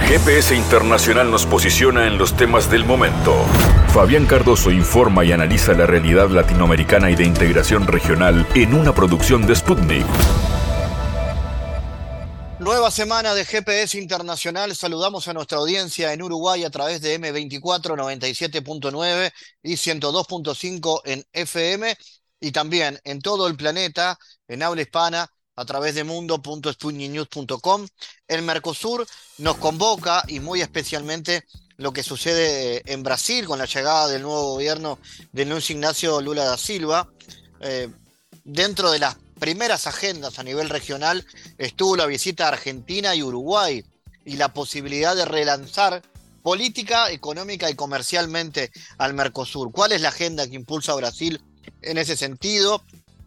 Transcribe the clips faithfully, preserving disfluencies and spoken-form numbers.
G P S Internacional nos posiciona en los temas del momento. Fabián Cardoso informa y analiza la realidad latinoamericana y de integración regional en una producción de Sputnik. Nueva semana de G P S Internacional. Saludamos a nuestra audiencia en Uruguay a través de eme veinticuatro, noventa y siete punto nueve y ciento dos punto cinco en efe eme, y también en todo el planeta, en habla hispana, a través de mundo punto sputnik news punto com. El Mercosur nos convoca, y muy especialmente lo que sucede en Brasil con la llegada del nuevo gobierno de Luis Ignacio Lula da Silva. Eh, dentro de las primeras agendas a nivel regional estuvo la visita a Argentina y Uruguay y la posibilidad de relanzar política, económica y comercialmente al Mercosur. ¿Cuál es la agenda que impulsa a Brasil en ese sentido?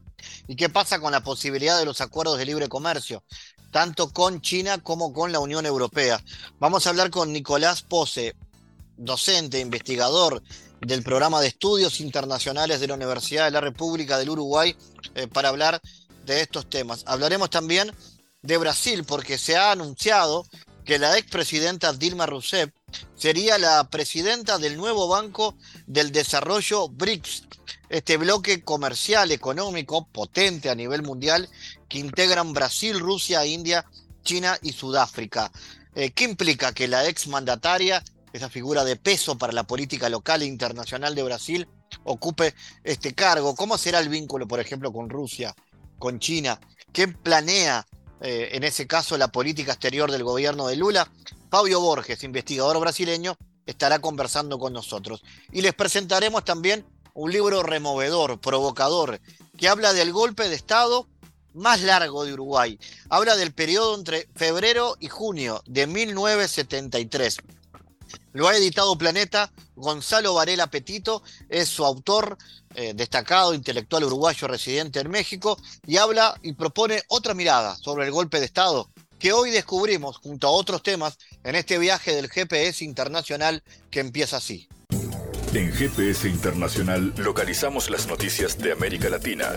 ¿Y qué pasa con la posibilidad de los acuerdos de libre comercio, tanto con China como con la Unión Europea? Vamos a hablar con Nicolás Posse, docente, investigador del programa de estudios internacionales de la Universidad de la República del Uruguay, eh, para hablar de estos temas. Hablaremos también de Brasil, porque se ha anunciado que la expresidenta Dilma Rousseff sería la presidenta del nuevo Banco del Desarrollo BRICS, este bloque comercial, económico, potente a nivel mundial, que integran Brasil, Rusia, India, China y Sudáfrica. Eh, ¿Qué implica que la exmandataria, esa figura de peso para la política local e internacional de Brasil, ocupe este cargo? ¿Cómo será el vínculo, por ejemplo, con Rusia, con China? ¿Qué planea eh, en ese caso la política exterior del gobierno de Lula? Fabio Borges, investigador brasileño, estará conversando con nosotros. Y les presentaremos también un libro removedor, provocador, que habla del golpe de Estado más largo de Uruguay. Habla del periodo entre febrero y junio de mil novecientos setenta y tres. Lo ha editado Planeta. Gonzalo Varela Petito es su autor, eh, destacado intelectual uruguayo residente en México, y habla y propone otra mirada sobre el golpe de Estado que hoy descubrimos junto a otros temas en este viaje del G P S Internacional, que empieza así. En G P S Internacional localizamos las noticias de América Latina.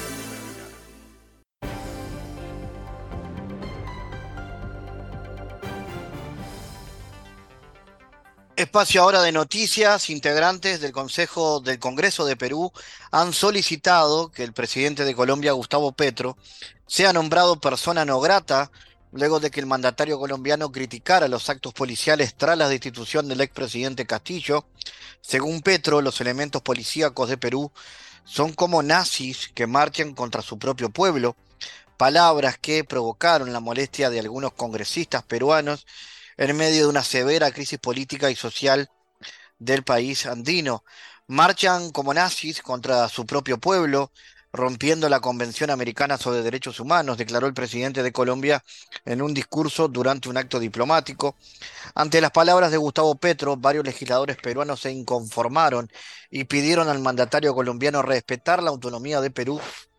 Espacio ahora de noticias. Integrantes del Consejo del Congreso de Perú han solicitado que el presidente de Colombia, Gustavo Petro, sea nombrado persona no grata luego de que el mandatario colombiano criticara los actos policiales tras la destitución del expresidente Castillo. Según Petro, los elementos policíacos de Perú son como nazis que marchan contra su propio pueblo, palabras que provocaron la molestia de algunos congresistas peruanos en medio de una severa crisis política y social del país andino. Marchan como nazis contra su propio pueblo, rompiendo la Convención Americana sobre Derechos Humanos, declaró el presidente de Colombia en un discurso durante un acto diplomático. Ante las palabras de Gustavo Petro, varios legisladores peruanos se inconformaron y pidieron al mandatario colombiano respetar la autonomía de Perú,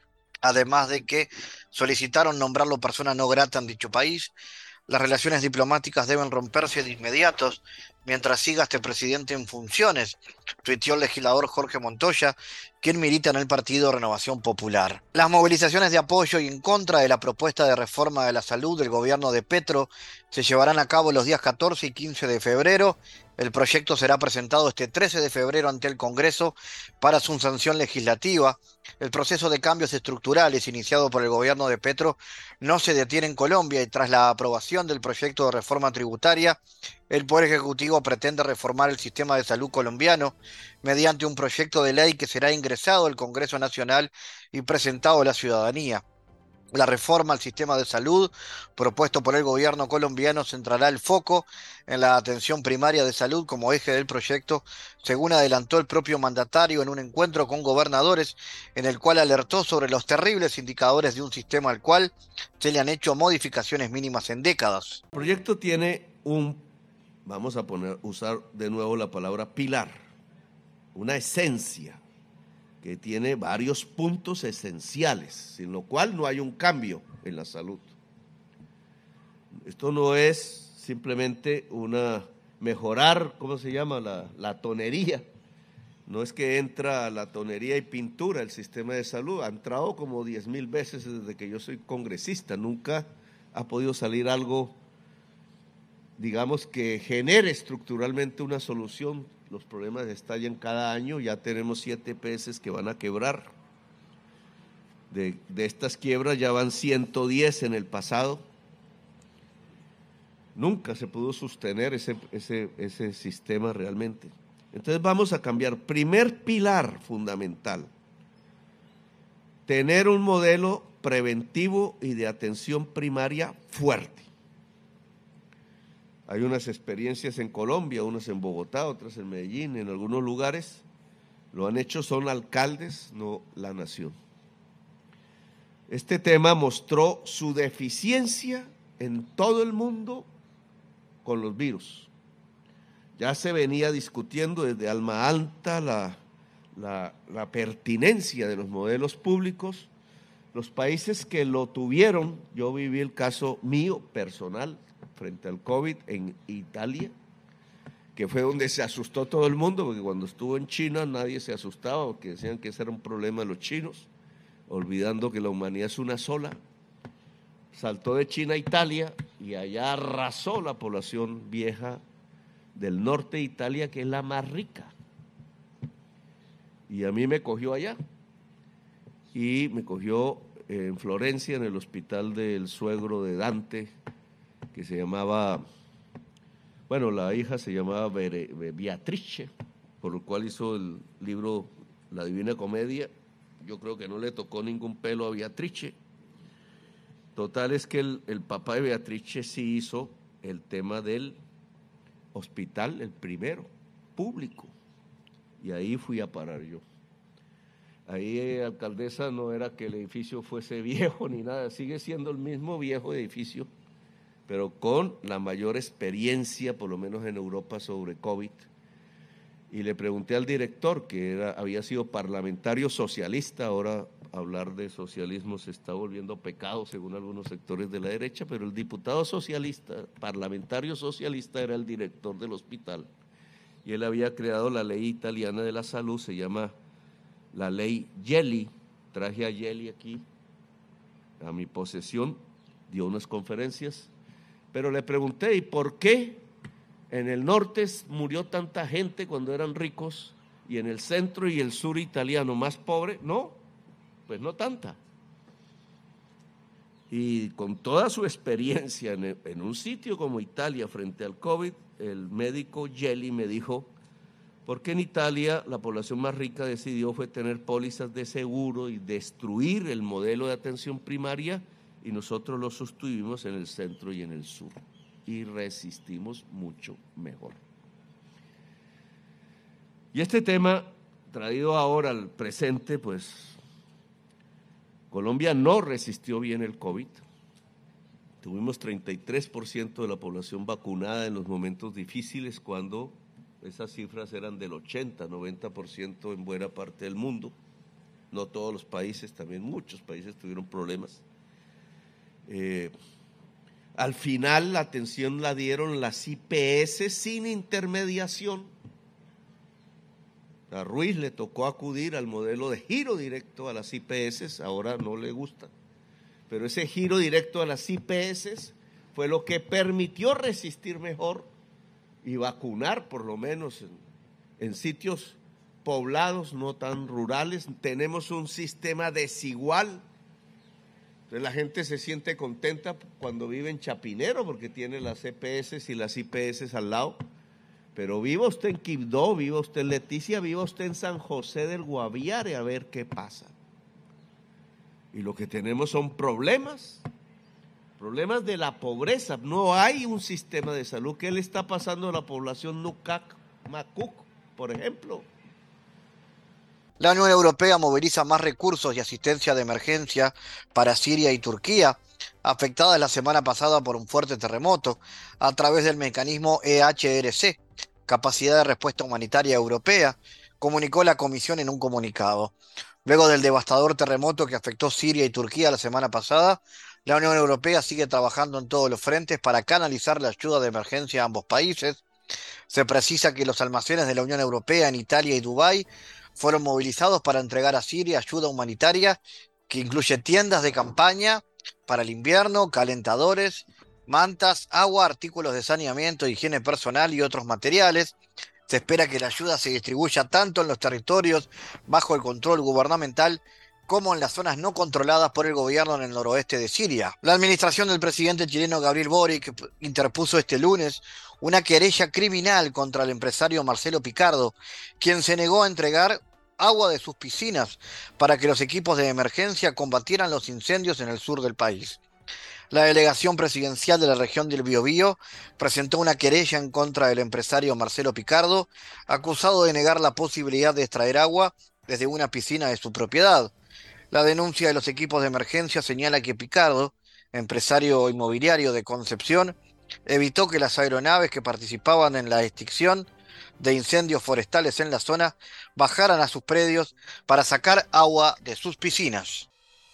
además de que solicitaron nombrarlo persona no grata en dicho país. Las relaciones diplomáticas deben romperse de inmediato mientras siga este presidente en funciones, tuiteó el legislador Jorge Montoya, quien milita en el partido Renovación Popular. Las movilizaciones de apoyo y en contra de la propuesta de reforma de la salud del gobierno de Petro se llevarán a cabo los días catorce y quince de febrero. El proyecto será presentado este trece de febrero ante el Congreso para su sanción legislativa. El proceso de cambios estructurales iniciado por el gobierno de Petro no se detiene en Colombia, y tras la aprobación del proyecto de reforma tributaria, el Poder Ejecutivo pretende reformar el sistema de salud colombiano mediante un proyecto de ley que será ingresado al Congreso Nacional y presentado a la ciudadanía. La reforma al sistema de salud propuesto por el gobierno colombiano centrará el foco en la atención primaria de salud como eje del proyecto, según adelantó el propio mandatario en un encuentro con gobernadores, en el cual alertó sobre los terribles indicadores de un sistema al cual se le han hecho modificaciones mínimas en décadas. El proyecto tiene un, vamos a poner, usar de nuevo la palabra pilar, una esencia que tiene varios puntos esenciales, sin lo cual no hay un cambio en la salud. Esto no es simplemente una mejorar, ¿cómo se llama? La, la tonería. No es que entra la tonería y pintura el sistema de salud. Ha entrado como diez mil veces desde que yo soy congresista. Nunca ha podido salir algo digamos, que genere estructuralmente una solución. Los problemas estallan cada año, ya tenemos siete países que van a quebrar. De, de estas quiebras ya van ciento diez en el pasado. Nunca se pudo sostener ese, ese, ese sistema realmente. Entonces vamos a cambiar. Primer pilar fundamental, tener un modelo preventivo y de atención primaria fuerte. Hay unas experiencias en Colombia, unas en Bogotá, otras en Medellín, en algunos lugares. Lo han hecho son alcaldes, no la nación. Este tema mostró su deficiencia en todo el mundo con los virus. Ya se venía discutiendo desde Alma Anta la, la, la pertinencia de los modelos públicos. Los países que lo tuvieron, yo viví el caso mío personal frente al COVID en Italia, que fue donde se asustó todo el mundo, porque cuando estuvo en China nadie se asustaba, porque decían que ese era un problema de los chinos, olvidando que la humanidad es una sola. Saltó de China a Italia y allá arrasó la población vieja del norte de Italia, que es la más rica. Y a mí me cogió allá, y me cogió en Florencia, en el hospital del suegro de Dante, que se llamaba, bueno, la hija se llamaba Beatrice, por lo cual hizo el libro La Divina Comedia. Yo creo que no le tocó ningún pelo a Beatrice. Total es que el, el papá de Beatrice sí hizo el tema del hospital, el primero, público, y ahí fui a parar yo. Ahí, eh, alcaldesa, no era que el edificio fuese viejo ni nada, sigue siendo el mismo viejo edificio, pero con la mayor experiencia, por lo menos en Europa, sobre COVID. Y le pregunté al director, que era, había sido parlamentario socialista, ahora hablar de socialismo se está volviendo pecado según algunos sectores de la derecha, pero el diputado socialista, parlamentario socialista, era el director del hospital. Y él había creado la ley italiana de la salud, se llama la ley Gelli. Traje a Gelli aquí, a mi posesión, dio unas conferencias, pero le pregunté, ¿y por qué en el norte murió tanta gente cuando eran ricos y en el centro y el sur italiano más pobre? No, pues no tanta. Y con toda su experiencia en, en un sitio como Italia frente al COVID, el médico Gelli me dijo, ¿por qué en Italia la población más rica decidió fue tener pólizas de seguro y destruir el modelo de atención primaria, y nosotros lo sostuvimos en el centro y en el sur y resistimos mucho mejor? Y este tema, traído ahora al presente, pues Colombia no resistió bien el COVID. Tuvimos treinta y tres por ciento de la población vacunada en los momentos difíciles, cuando esas cifras eran del ochenta, noventa por ciento en buena parte del mundo. No todos los países, también muchos países tuvieron problemas. Eh, al final la atención la dieron las I P S sin intermediación. A Ruiz le tocó acudir al modelo de giro directo a las I P S, ahora no le gusta, pero ese giro directo a las I P S fue lo que permitió resistir mejor y vacunar, por lo menos en, en sitios poblados, no tan rurales. Tenemos un sistema desigual. Entonces la gente se siente contenta cuando vive en Chapinero porque tiene las E P S y las I P S al lado, pero viva usted en Quibdó, viva usted en Leticia, viva usted en San José del Guaviare, a ver qué pasa. Y lo que tenemos son problemas, problemas de la pobreza. No hay un sistema de salud. ¿Qué le está pasando a la población Nucac, Macuc, por ejemplo? La Unión Europea moviliza más recursos y asistencia de emergencia para Siria y Turquía, afectadas la semana pasada por un fuerte terremoto, a través del mecanismo E H R C, Capacidad de Respuesta Humanitaria Europea, comunicó la Comisión en un comunicado. Luego del devastador terremoto que afectó Siria y Turquía la semana pasada, la Unión Europea sigue trabajando en todos los frentes para canalizar la ayuda de emergencia a ambos países. Se precisa que los almacenes de la Unión Europea en Italia y Dubái fueron movilizados para entregar a Siria ayuda humanitaria que incluye tiendas de campaña para el invierno, calentadores mantas, agua, artículos de saneamiento, higiene personal y otros materiales. Se espera que la ayuda se distribuya tanto en los territorios bajo el control gubernamental como en las zonas no controladas por el gobierno en el noroeste de Siria. La administración del presidente chileno Gabriel Boric interpuso este lunes una querella criminal contra el empresario Marcelo Picardo, quien se negó a entregar agua de sus piscinas para que los equipos de emergencia combatieran los incendios en el sur del país. La delegación presidencial de la región del Biobío presentó una querella en contra del empresario Marcelo Picardo, acusado de negar la posibilidad de extraer agua desde una piscina de su propiedad. La denuncia de los equipos de emergencia señala que Picardo, empresario inmobiliario de Concepción, evitó que las aeronaves que participaban en la extinción de incendios forestales en la zona bajaran a sus predios para sacar agua de sus piscinas.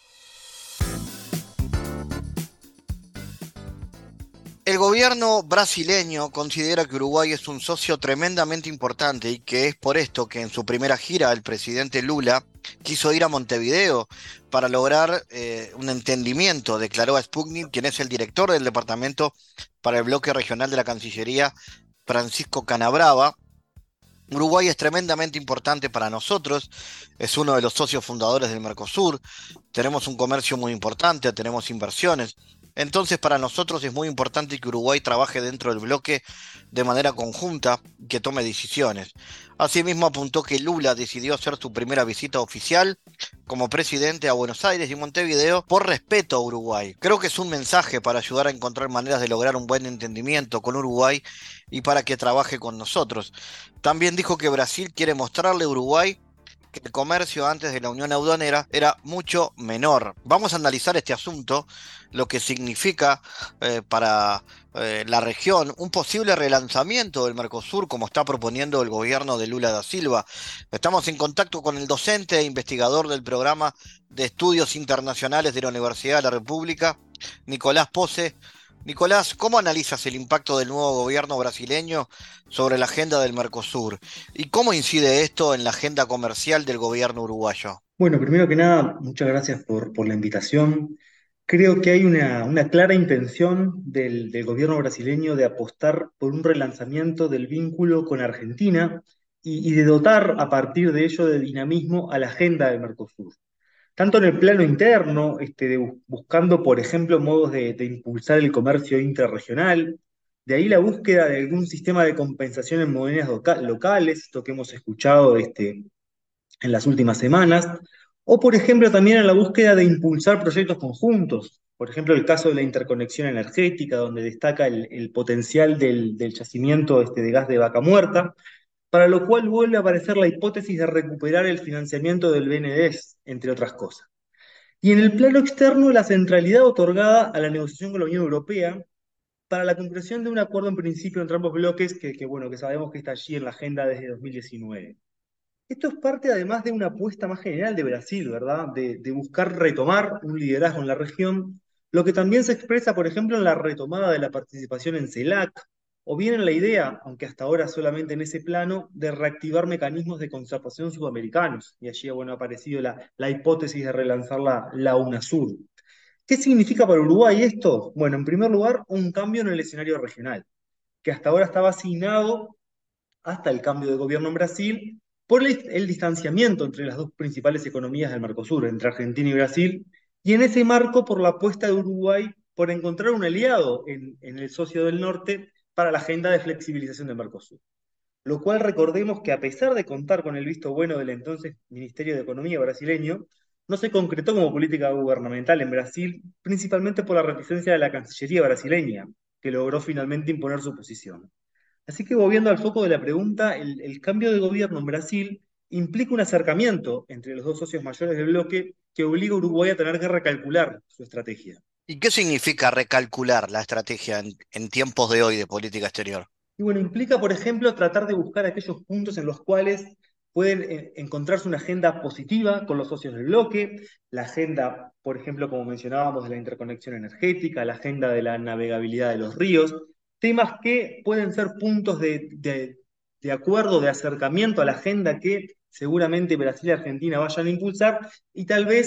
El gobierno brasileño considera que Uruguay es un socio tremendamente importante y que es por esto que en su primera gira el presidente Lula quiso ir a Montevideo para lograr eh, un entendimiento, declaró a Sputnik, quien es el director del departamento para el bloque regional de la Cancillería, Francisco Canabrava. Uruguay es tremendamente importante para nosotros, es uno de los socios fundadores del Mercosur, tenemos un comercio muy importante, tenemos inversiones. Entonces, para nosotros es muy importante que Uruguay trabaje dentro del bloque de manera conjunta y que tome decisiones. Asimismo, apuntó que Lula decidió hacer su primera visita oficial como presidente a Buenos Aires y Montevideo por respeto a Uruguay. Creo que es un mensaje para ayudar a encontrar maneras de lograr un buen entendimiento con Uruguay y para que trabaje con nosotros. También dijo que Brasil quiere mostrarle a Uruguay que el comercio antes de la Unión Aduanera era mucho menor. Vamos a analizar este asunto, lo que significa eh, para eh, la región un posible relanzamiento del Mercosur, como está proponiendo el gobierno de Lula da Silva. Estamos en contacto con el docente e investigador del programa de estudios internacionales de la Universidad de la República, Nicolás Pose. Nicolás, ¿cómo analizas el impacto del nuevo gobierno brasileño sobre la agenda del Mercosur? ¿Y cómo incide esto en la agenda comercial del gobierno uruguayo? Bueno, primero que nada, muchas gracias por, por la invitación. Creo que hay una, una clara intención del, del gobierno brasileño de apostar por un relanzamiento del vínculo con Argentina y, y de dotar a partir de ello de dinamismo a la agenda del Mercosur. Tanto en el plano interno, este, de bus- buscando, por ejemplo, modos de, de impulsar el comercio interregional, de ahí la búsqueda de algún sistema de compensación en monedas loca- locales, esto que hemos escuchado este, en las últimas semanas, o por ejemplo también en la búsqueda de impulsar proyectos conjuntos, por ejemplo el caso de la interconexión energética, donde destaca el, el potencial del, del yacimiento este, de gas de Vaca Muerta, para lo cual vuelve a aparecer la hipótesis de recuperar el financiamiento del B N D E S, entre otras cosas. Y en el plano externo, la centralidad otorgada a la negociación con la Unión Europea para la concreción de un acuerdo en principio entre ambos bloques que, que, bueno, que sabemos que está allí en la agenda desde dos mil diecinueve. Esto es parte además de una apuesta más general de Brasil, ¿verdad? De, de buscar retomar un liderazgo en la región, lo que también se expresa, por ejemplo, en la retomada de la participación en CELAC, o bien en la idea, aunque hasta ahora solamente en ese plano, de reactivar mecanismos de concertación sudamericanos. Y allí, bueno, ha aparecido la, la hipótesis de relanzar la, la UNASUR. ¿Qué significa para Uruguay esto? Bueno, en primer lugar, un cambio en el escenario regional, que hasta ahora estaba asignado hasta el cambio de gobierno en Brasil, por el, el distanciamiento entre las dos principales economías del Mercosur, entre Argentina y Brasil, y en ese marco por la apuesta de Uruguay por encontrar un aliado en, en el socio del norte para la agenda de flexibilización del Mercosur. Lo cual recordemos que a pesar de contar con el visto bueno del entonces Ministerio de Economía brasileño, no se concretó como política gubernamental en Brasil, principalmente por la reticencia de la Cancillería brasileña, que logró finalmente imponer su posición. Así que volviendo al foco de la pregunta, el, el cambio de gobierno en Brasil implica un acercamiento entre los dos socios mayores del bloque que obliga a Uruguay a tener que recalcular su estrategia. ¿Y qué significa recalcular la estrategia en, en tiempos de hoy de política exterior? Y bueno, implica, por ejemplo, tratar de buscar aquellos puntos en los cuales pueden eh, encontrarse una agenda positiva con los socios del bloque, la agenda, por ejemplo, como mencionábamos, de la interconexión energética, la agenda de la navegabilidad de los ríos, temas que pueden ser puntos de, de, de acuerdo, de acercamiento a la agenda que seguramente Brasil y Argentina vayan a impulsar, y tal vez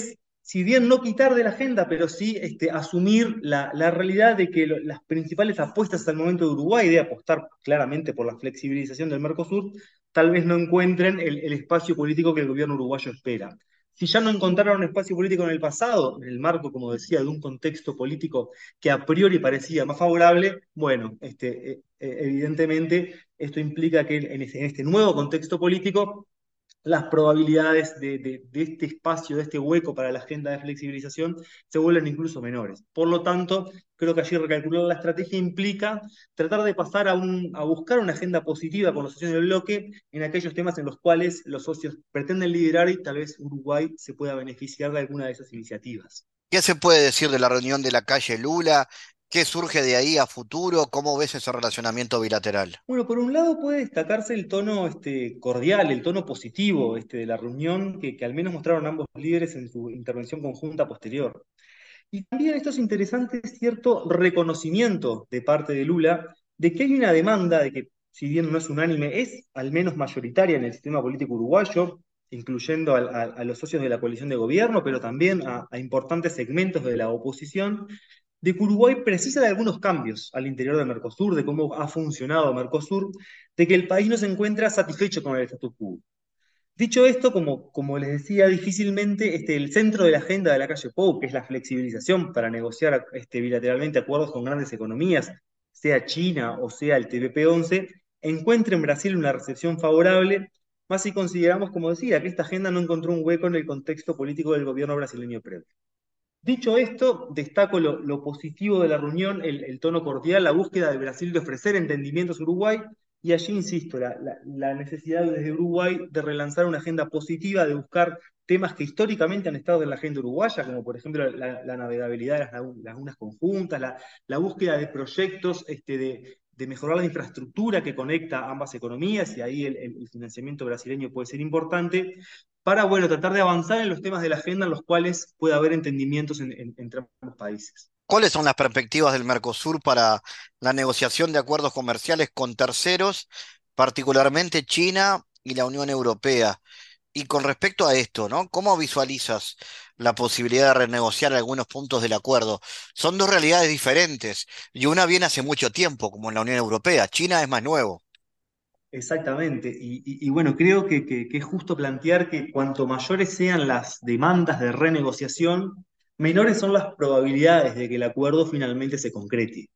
si bien no quitar de la agenda, pero sí este, asumir la, la realidad de que lo, las principales apuestas hasta el momento de Uruguay, de apostar claramente por la flexibilización del Mercosur, tal vez no encuentren el, el espacio político que el gobierno uruguayo espera. Si ya no encontraron un espacio político en el pasado, en el marco, como decía, de un contexto político que a priori parecía más favorable, bueno, este, eh, eh, evidentemente esto implica que en este, en este nuevo contexto político las probabilidades de, de, de, este espacio, de este hueco para la agenda de flexibilización se vuelven incluso menores. Por lo tanto, creo que allí recalcular la estrategia implica tratar de pasar a, un, a buscar una agenda positiva con los socios del bloque en aquellos temas en los cuales los socios pretenden liderar y tal vez Uruguay se pueda beneficiar de alguna de esas iniciativas. ¿Qué se puede decir de la reunión de la calle Lula? ¿Qué surge de ahí a futuro? ¿Cómo ves ese relacionamiento bilateral? Bueno, por un lado puede destacarse el tono este, cordial, el tono positivo este, de la reunión que, que al menos mostraron ambos líderes en su intervención conjunta posterior. Y también esto es interesante, cierto reconocimiento de parte de Lula de que hay una demanda de que, si bien no es unánime, es al menos mayoritaria en el sistema político uruguayo, incluyendo a, a, a los socios de la coalición de gobierno, pero también a, a importantes segmentos de la oposición, de que Uruguay precisa de algunos cambios al interior de Mercosur, de cómo ha funcionado Mercosur, de que el país no se encuentra satisfecho con el status quo. Dicho esto, como, como les decía, difícilmente este, el centro de la agenda de la calle Pou, que es la flexibilización para negociar este, bilateralmente acuerdos con grandes economías, sea China o sea el T P P once, encuentre en Brasil una recepción favorable, más si consideramos, como decía, que esta agenda no encontró un hueco en el contexto político del gobierno brasileño previo. Dicho esto, destaco lo, lo positivo de la reunión, el, el tono cordial, la búsqueda de Brasil de ofrecer entendimientos a Uruguay, y allí insisto, la, la, la necesidad desde Uruguay de relanzar una agenda positiva, de buscar temas que históricamente han estado en la agenda uruguaya, como por ejemplo la, la navegabilidad de las lagunas conjuntas, la, la búsqueda de proyectos este, de, de mejorar la infraestructura que conecta ambas economías, y ahí el, el financiamiento brasileño puede ser importante, para, bueno, tratar de avanzar en los temas de la agenda en los cuales pueda haber entendimientos en, en, entre ambos países. ¿Cuáles son las perspectivas del Mercosur para la negociación de acuerdos comerciales con terceros, particularmente China y la Unión Europea? Y con respecto a esto, ¿no? ¿Cómo visualizas la posibilidad de renegociar algunos puntos del acuerdo? Son dos realidades diferentes y una viene hace mucho tiempo, como en la Unión Europea. China es más nuevo. Exactamente, y, y, y bueno, creo que, que, que es justo plantear que cuanto mayores sean las demandas de renegociación, menores son las probabilidades de que el acuerdo finalmente se concrete.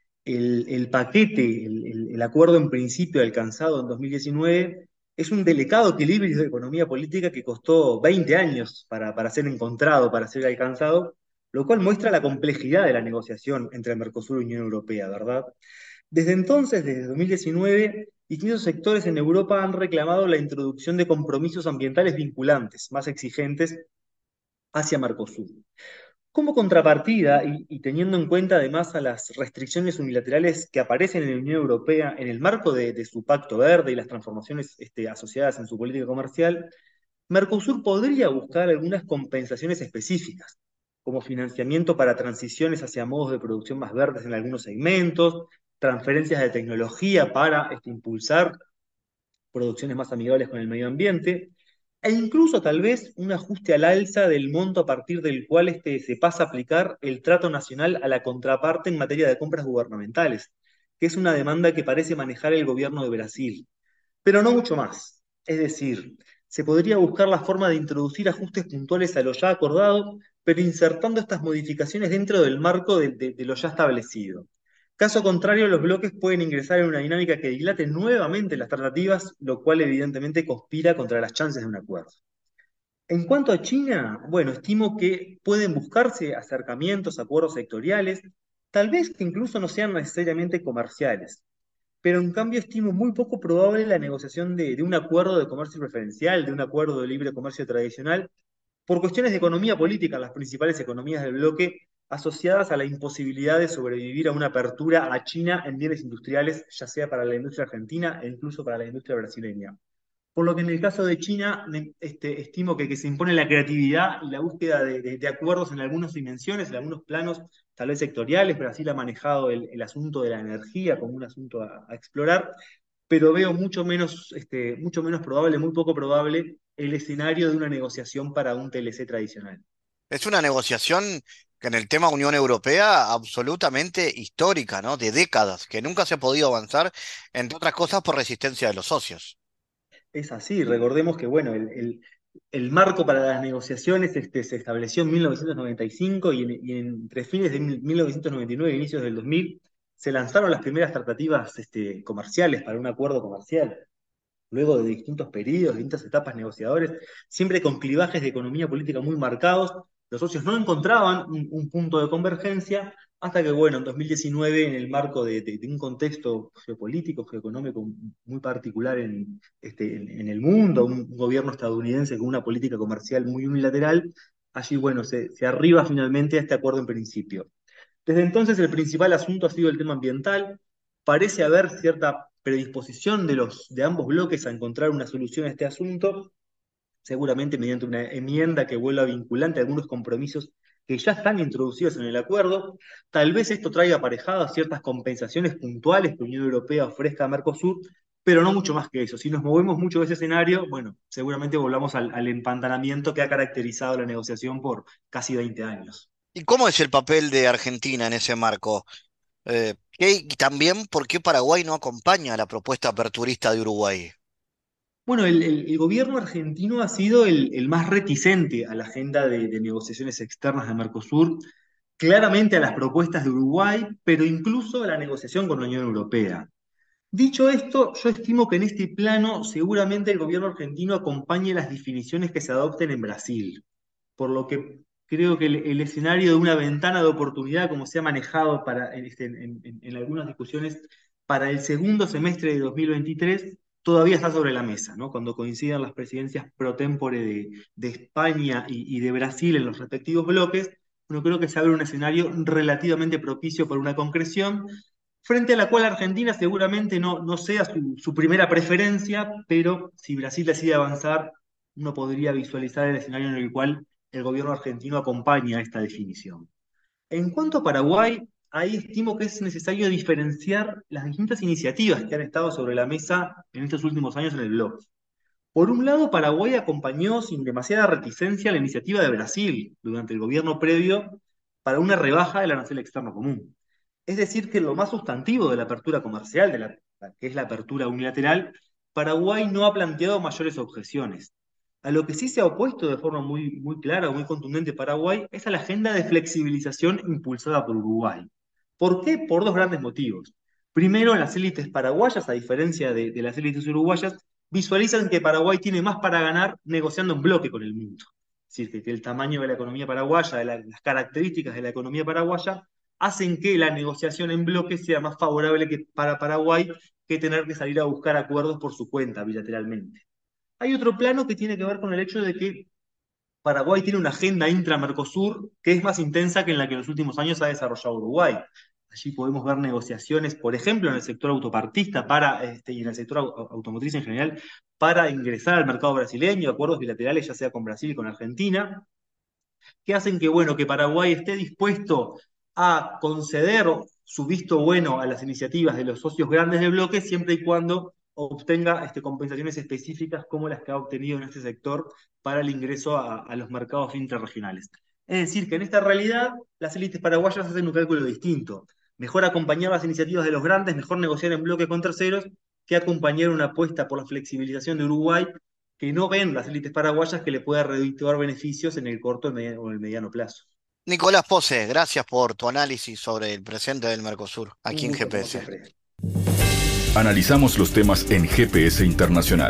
El, el paquete, el, el, el acuerdo en principio alcanzado en dos mil diecinueve es un delicado equilibrio de economía política que costó veinte años para, para ser encontrado, para ser alcanzado, lo cual muestra la complejidad de la negociación entre Mercosur y Unión Europea, ¿verdad? Desde entonces, desde dos mil diecinueve, distintos sectores en Europa han reclamado la introducción de compromisos ambientales vinculantes, más exigentes, hacia Mercosur. Como contrapartida, y, y, teniendo en cuenta además a las restricciones unilaterales que aparecen en la Unión Europea en el marco de, de su Pacto Verde y las transformaciones este, asociadas en su política comercial, Mercosur podría buscar algunas compensaciones específicas, como financiamiento para transiciones hacia modos de producción más verdes en algunos segmentos, transferencias de tecnología para este, impulsar producciones más amigables con el medio ambiente, e incluso tal vez un ajuste al alza del monto a partir del cual este, se pasa a aplicar el trato nacional a la contraparte en materia de compras gubernamentales, que es una demanda que parece manejar el gobierno de Brasil, pero no mucho más. Es decir, se podría buscar la forma de introducir ajustes puntuales a lo ya acordado, pero insertando estas modificaciones dentro del marco de, de, de lo ya establecido. Caso contrario, los bloques pueden ingresar en una dinámica que dilate nuevamente las tratativas, lo cual evidentemente conspira contra las chances de un acuerdo. En cuanto a China, bueno, estimo que pueden buscarse acercamientos, acuerdos sectoriales, tal vez que incluso no sean necesariamente comerciales, pero en cambio estimo muy poco probable la negociación de, de un acuerdo de comercio preferencial, de un acuerdo de libre comercio tradicional, por cuestiones de economía política en las principales economías del bloque, asociadas a la imposibilidad de sobrevivir a una apertura a China en bienes industriales, ya sea para la industria argentina e incluso para la industria brasileña. Por lo que en el caso de China, este, estimo que, que se impone la creatividad y la búsqueda de, de, de acuerdos en algunas dimensiones, en algunos planos, tal vez sectoriales. Brasil ha manejado el, el asunto de la energía como un asunto a, a explorar, pero veo mucho menos, este, mucho menos probable, muy poco probable, el escenario de una negociación para un T L C tradicional. Es una negociación que en el tema Unión Europea absolutamente histórica, ¿no? De décadas, que nunca se ha podido avanzar, entre otras cosas por resistencia de los socios. Es así, recordemos que bueno, el, el- el marco para las negociaciones este, se estableció en mil novecientos noventa y cinco y, en- y entre fines de mil- 1999 e inicios del dos mil se lanzaron las primeras tratativas este, comerciales para un acuerdo comercial. Luego de distintos periodos, distintas etapas negociadores, siempre con clivajes de economía política muy marcados, los socios no encontraban un, un punto de convergencia hasta que, bueno, en dos mil diecinueve, en el marco de, de- de un contexto geopolítico, geoeconómico muy particular en, este, en, en el mundo, un gobierno estadounidense con una política comercial muy unilateral, allí, bueno, se, se arriba finalmente a este acuerdo en principio. Desde entonces el principal asunto ha sido el tema ambiental. Parece haber cierta predisposición de, los, de ambos bloques a encontrar una solución a este asunto, seguramente mediante una enmienda que vuelva vinculante a algunos compromisos que ya están introducidos en el acuerdo. Tal vez esto traiga aparejadas ciertas compensaciones puntuales que la Unión Europea ofrezca a Mercosur, pero no mucho más que eso. Si nos movemos mucho de ese escenario, bueno, seguramente volvamos al, al empantanamiento que ha caracterizado la negociación por casi veinte años. ¿Y cómo es el papel de Argentina en ese marco? Eh, ¿qué- y también por qué Paraguay no acompaña la propuesta aperturista de Uruguay? Bueno, el, el- el gobierno argentino ha sido el, el más reticente a la agenda de, de negociaciones externas de Mercosur, claramente a las propuestas de Uruguay, pero incluso a la negociación con la Unión Europea. Dicho esto, yo estimo que en este plano seguramente el gobierno argentino acompañe las definiciones que se adopten en Brasil, por lo que creo que el, el escenario de una ventana de oportunidad, como se ha manejado para, en, este, en- en- en algunas discusiones, para el segundo semestre de dos mil veintitrés, todavía está sobre la mesa, ¿no? Cuando coincidan las presidencias pro tempore de, de España y, y de Brasil en los respectivos bloques, bueno, creo que se abre un escenario relativamente propicio para una concreción, frente a la cual Argentina seguramente no, no sea su, su primera preferencia, pero si Brasil decide avanzar, uno podría visualizar el escenario en el cual el gobierno argentino acompaña esta definición. En cuanto a Paraguay, ahí estimo que es necesario diferenciar las distintas iniciativas que han estado sobre la mesa en estos últimos años en el bloque. Por un lado, Paraguay acompañó sin demasiada reticencia la iniciativa de Brasil durante el gobierno previo para una rebaja del arancel externo común. Es decir, que lo más sustantivo de la apertura comercial, de la, que es la apertura unilateral, Paraguay no ha planteado mayores objeciones. A lo que sí se ha opuesto de forma muy, muy clara o muy contundente Paraguay es a la agenda de flexibilización impulsada por Uruguay. ¿Por qué? Por dos grandes motivos. Primero, las élites paraguayas, a diferencia de, de las élites uruguayas, visualizan que Paraguay tiene más para ganar negociando en bloque con el mundo. Es decir, que, que el tamaño de la economía paraguaya, de la, las características de la economía paraguaya, hacen que la negociación en bloque sea más favorable que para Paraguay que tener que salir a buscar acuerdos por su cuenta bilateralmente. Hay otro plano que tiene que ver con el hecho de que Paraguay tiene una agenda intra-Mercosur que es más intensa que en la que en los últimos años ha desarrollado Uruguay. Allí podemos ver negociaciones, por ejemplo, en el sector autopartista para, este, y en el sector au- automotriz en general, para ingresar al mercado brasileño, acuerdos bilaterales ya sea con Brasil y con Argentina, que hacen que, bueno, que Paraguay esté dispuesto a conceder su visto bueno a las iniciativas de los socios grandes del bloque, siempre y cuando obtenga este, compensaciones específicas como las que ha obtenido en este sector para el ingreso a, a los mercados intrarregionales. Es decir, que en esta realidad las élites paraguayas hacen un cálculo distinto. Mejor acompañar las iniciativas de los grandes, mejor negociar en bloque con terceros, que acompañar una apuesta por la flexibilización de Uruguay que no ven las élites paraguayas que le pueda redituar beneficios en el corto o el mediano plazo. Nicolás Pose, gracias por tu análisis sobre el presente del Mercosur, aquí Un en gusto, como G P S. siempre. Analizamos los temas en G P S Internacional.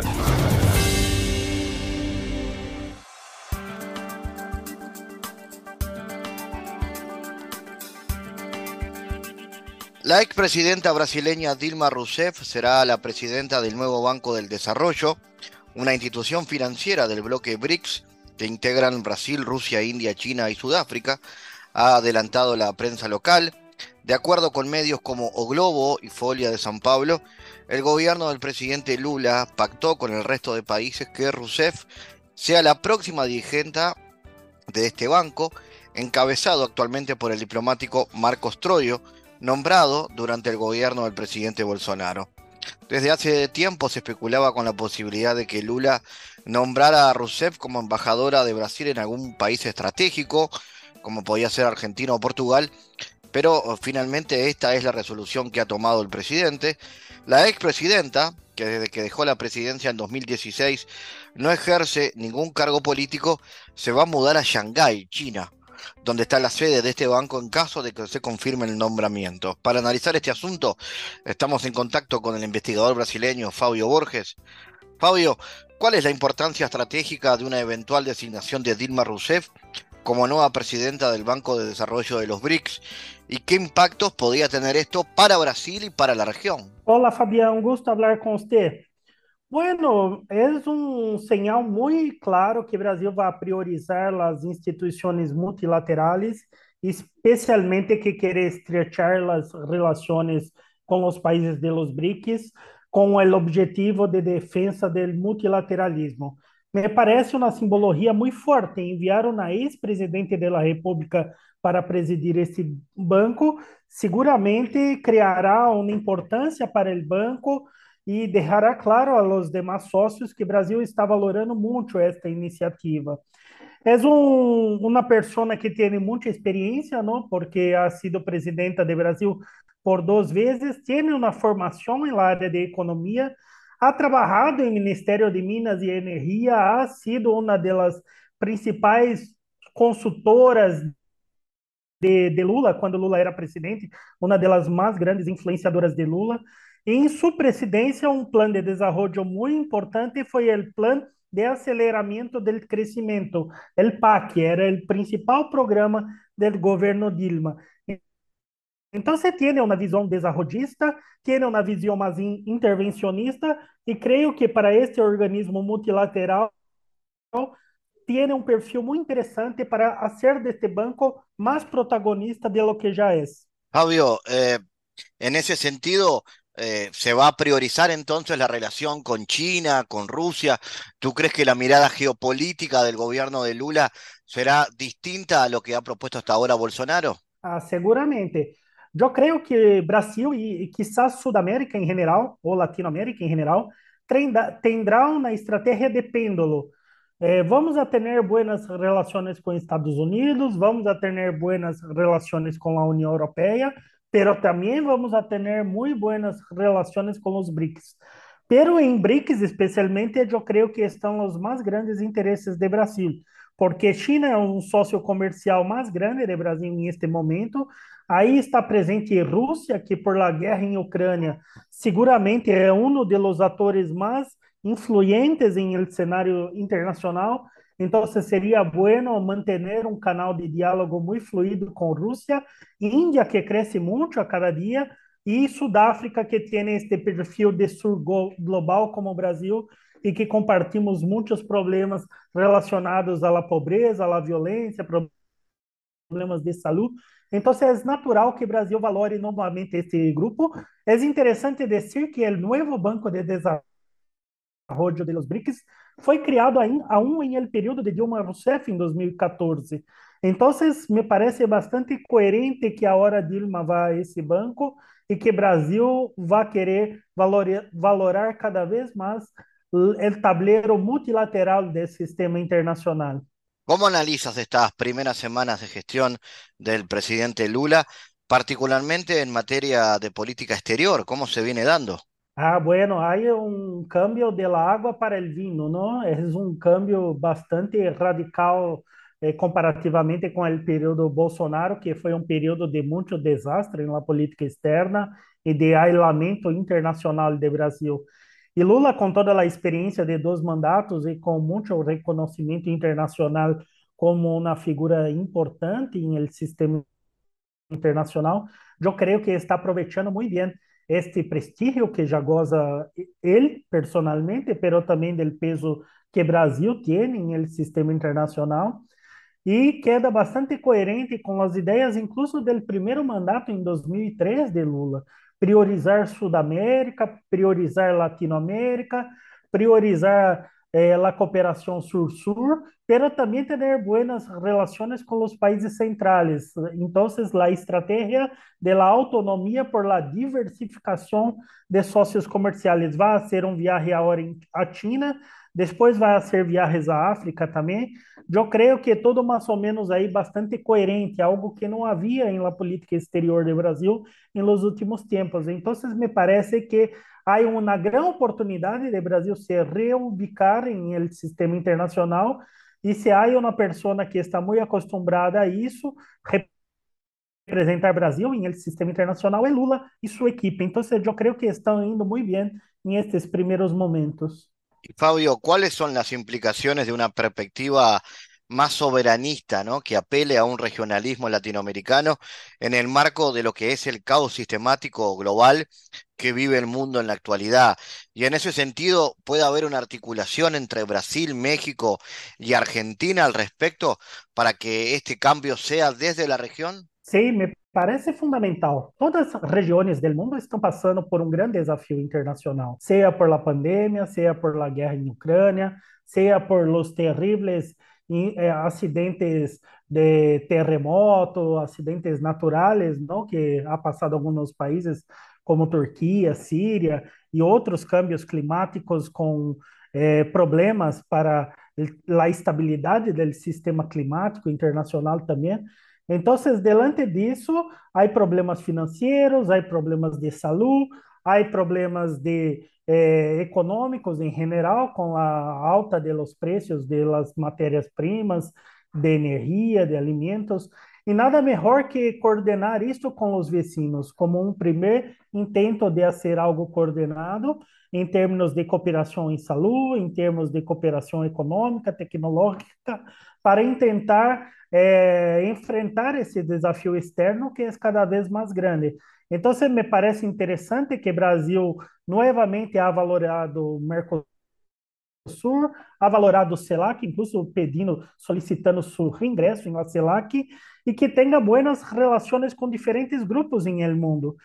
La expresidenta brasileña Dilma Rousseff será la presidenta del nuevo Banco del Desarrollo, una institución financiera del bloque BRICS que integran Brasil, Rusia, India, China y Sudáfrica, ha adelantado la prensa local. De acuerdo con medios como O Globo y Folia de San Pablo, el gobierno del presidente Lula pactó con el resto de países que Rousseff sea la próxima dirigente de este banco, encabezado actualmente por el diplomático Marcos Troio, nombrado durante el gobierno del presidente Bolsonaro. Desde hace tiempo se especulaba con la posibilidad de que Lula nombrara a Rousseff como embajadora de Brasil en algún país estratégico, como podía ser Argentina o Portugal, pero oh, finalmente esta es la resolución que ha tomado el presidente. La expresidenta, que desde que dejó la presidencia en dos mil dieciséis no ejerce ningún cargo político, se va a mudar a Shanghái, China, donde está la sede de este banco en caso de que se confirme el nombramiento. Para analizar este asunto, estamos en contacto con el investigador brasileño Fabio Borges. Fabio, ¿cuál es la importancia estratégica de una eventual designación de Dilma Rousseff como nueva presidenta del Banco de Desarrollo de los BRICS? ¿Y qué impactos podría tener esto para Brasil y para la región? Hola Fabián, un gusto hablar con usted. Bueno, es un señal muy claro que Brasil va a priorizar las instituciones multilaterales, especialmente que quiere estrechar las relaciones con los países de los BRICS, con el objetivo de defensa del multilateralismo. Me parece una simbología muy fuerte enviar una ex-presidente de la República para presidir este banco, seguramente creará uma importância para o banco e deixará claro a los demás sócios que o Brasil está valorando muito esta iniciativa. É um, uma pessoa que tem muita experiência, não? Porque ha sido presidenta do Brasil por duas vezes, tem uma formação na área de economia, ha trabalhado em Ministério de Minas e Energia, ha sido uma das principais consultoras de, de Lula, quando Lula era presidente, uma das mais grandes influenciadoras de Lula. Em sua presidência, um plano de desenvolvimento muito importante foi o plano de aceleramento do crescimento, o PAC, era o principal programa do governo Dilma. Então, você tem uma visão desenvolvista, tem uma visão mais intervencionista, e creio que para este organismo multilateral tem um perfil muito interessante para fazer deste banco mais protagonista de lo que já é. Fabio, eh, en ese sentido, eh, ¿se va a priorizar entonces la relación con China, con Rusia? ¿Tú crees que la mirada geopolítica del gobierno de Lula será distinta a lo que ha propuesto hasta ahora Bolsonaro? Ah, seguramente. Eu creio que Brasil e, e quizás Sudamérica em geral, ou Latinoamérica em geral, tendrá uma estratégia de pêndulo. Eh, vamos a ter buenas relações com Estados Unidos, vamos a ter buenas relações com a União Europeia, pero também vamos a ter muito buenas relações com os BRICS. Pero em BRICS, especialmente, eu creio que estão os mais grandes interesses de Brasil, porque China é um sócio comercial mais grande de Brasil em este momento. Aí está presente Rússia, que por la guerra em Ucrânia seguramente é um dos atores mais influentes em el cenário internacional. Então, seria bueno manter um canal de diálogo muito fluido com Rússia, Índia, que cresce muito a cada dia, e Sudáfrica, que tem este perfil de sul global como o Brasil, e que compartimos muitos problemas relacionados à pobreza, à violência, problemas de saúde. Então, é natural que o Brasil valore novamente este grupo. É interessante dizer que o novo Banco de Desenvolvimento de los BRICS foi criado aún em el período de Dilma Rousseff em dois mil e quatorze. Então, me parece bastante coerente que agora Dilma vá a esse banco e que o Brasil vá querer valorar, valorar cada vez mais o tablero multilateral desse sistema internacional. ¿Cómo analizas estas primeras semanas de gestión del presidente Lula, particularmente en materia de política exterior? ¿Cómo se viene dando? Ah, bueno, hay un cambio de la agua para el vino, ¿no? Es un cambio bastante radical eh, comparativamente con el periodo Bolsonaro, que fue un periodo de mucho desastre en la política externa y de aislamiento internacional de Brasil. E Lula, com toda a experiência de dois mandatos e com muito reconhecimento internacional como uma figura importante no sistema internacional, eu creio que está aproveitando muito bem este prestígio que já goza ele personalmente, mas também do peso que o Brasil tem no sistema internacional, e queda bastante coerente com as ideias, incluso do primeiro mandato em dois mil e três de Lula. Priorizar Sudamérica, priorizar Latinoamérica, priorizar eh, la cooperación sur-sur, pero también tener buenas relaciones con los países centrales. Entonces, la estrategia de la autonomía por la diversificación de socios comerciales va a ser un viaje ahora en, a China, después va a ser viajes a África también. Yo creo que todo más o menos ahí bastante coherente, algo que no había en la política exterior de Brasil en los últimos tiempos. Entonces, me parece que hay una gran oportunidad de Brasil se reubicar en el sistema internacional y si hay una persona que está muy acostumbrada a eso, representar Brasil en el sistema internacional es Lula y su equipo. Entonces, yo creo que están yendo muy bien en estos primeros momentos. Y Fabio, ¿cuáles son las implicaciones de una perspectiva más soberanista, ¿no? Que apele a un regionalismo latinoamericano en el marco de lo que es el caos sistemático global que vive el mundo en la actualidad? Y en ese sentido, ¿puede haber una articulación entre Brasil, México y Argentina al respecto para que este cambio sea desde la región? Sí, me parece fundamental. Todas as regiões do mundo estão passando por um grande desafio internacional, seja por la pandemia, seja por la guerra em Ucrânia, seja por los terribles eh, acidentes de terremoto, acidentes naturais, não, que ha passado alguns países como Turquia, Síria e outros cambios climáticos com eh, problemas para a estabilidade do sistema climático internacional também. Entonces, delante disso, há problemas financeiros, há problemas de saúde, há problemas de, eh, econômicos em geral, com a alta de los precios de las matérias-primas, de energia, de alimentos, e nada melhor que coordenar isto com os vecinos, como um primeiro intento de fazer algo coordenado em termos de cooperação em saúde, em termos de cooperação econômica, tecnológica, para tentar eh, enfrentar esse desafio externo que é cada vez mais grande. Então, me parece interessante que o Brasil novamente ha valorado o Mercosul, ha valorado o CELAC, incluso pedindo, solicitando seu reingresso em la CELAC, e que tenha boas relações com diferentes grupos em el mundo.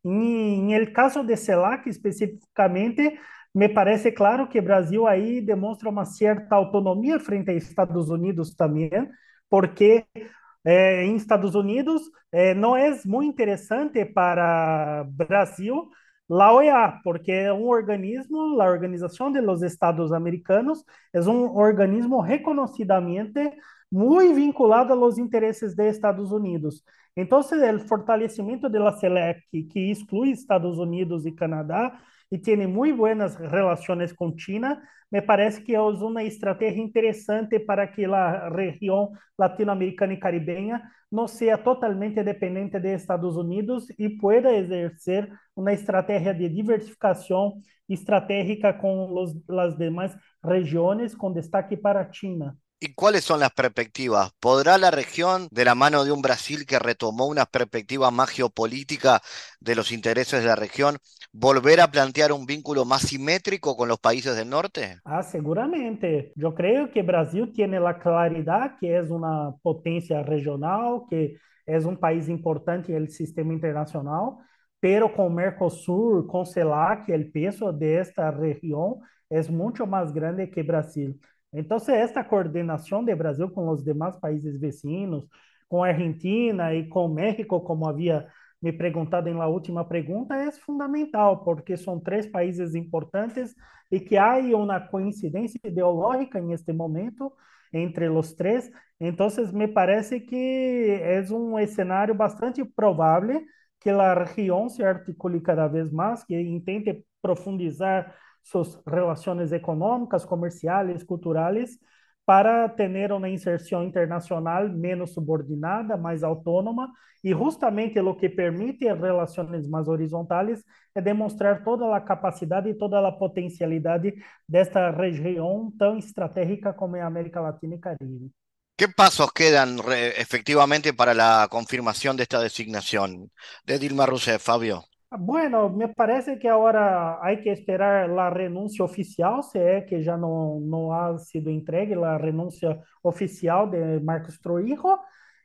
Em el caso de CELAC, especificamente, me parece claro que o Brasil aí demonstra uma certa autonomia frente a Estados Unidos também, porque eh, em Estados Unidos eh, não é muito interessante para Brasil la O E A, porque é um organismo, a Organização de los Estados Americanos, é um organismo reconhecidamente muito vinculado a los interesses de Estados Unidos. Então, o fortalecimento da CELAC, que exclui Estados Unidos e Canadá, e tem muito boas relações com China, me parece que é uma estratégia interessante para que a região latino-americana e caribenha não seja totalmente dependente de Estados Unidos e pueda exercer uma estratégia de diversificação estratégica com os, as demais regiões, com destaque para a China. ¿Y cuáles son las perspectivas? ¿Podrá la región, de la mano de un Brasil que retomó una perspectiva más geopolítica de los intereses de la región, volver a plantear un vínculo más simétrico con los países del norte? Ah, seguramente. Eu creio que Brasil tem a claridade que é uma potência regional, que é um país importante no sistema internacional, pero com Mercosul, com CELAC, o peso desta região é muito mais grande que Brasil. Então, esta coordenação de Brasil com os demais países vecinos, com a Argentina e com México, como havia me perguntado em la última pergunta, é fundamental, porque são três países importantes e que há uma coincidência ideológica neste momento entre os três. Então, me parece que é um cenário bastante provável que a região se articule cada vez mais, que intente profundizar suas relações econômicas, comerciais, culturais, para ter uma inserção internacional menos subordinada, mais autônoma, e justamente o que permite as relações mais horizontais é demonstrar toda a capacidade e toda a potencialidade desta região tão estratégica como é a América Latina e Caribe. ¿Qué pasos quedan re- efectivamente para la confirmación de esta designación de Dilma Rousseff, Fabio? Bueno, me parece que agora há que esperar a renúncia oficial, se é que já não, não ha sido entregue a renúncia oficial de Marcos Trujillo,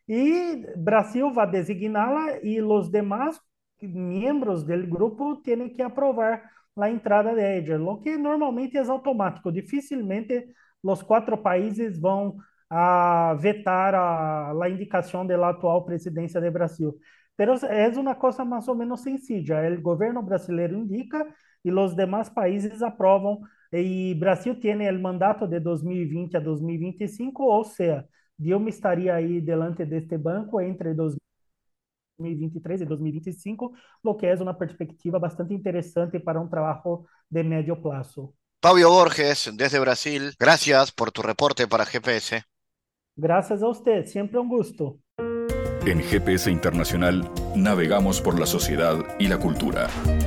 e Brasil vai designá-la e os demais membros do grupo têm que aprovar la entrada de ella, lo que normalmente es automático. Difícilmente los cuatro países van a vetar a, la indicación de la actual presidencia de Brasil. Pero es una cosa más o menos sencilla. El gobierno brasileño indica y los demás países aprueban. Y Brasil tiene el mandato de dos mil veinte a dos mil veinticinco, o sea, Dilma estaría ahí delante de este banco entre dos mil vinte y tres y dos mil veinticinco, lo que es una perspectiva bastante interesante para un trabajo de medio plazo. Fabio Borges, desde Brasil, gracias por tu reporte para G P S. Gracias a usted, siempre un gusto. En G P S Internacional navegamos por la sociedad y la cultura.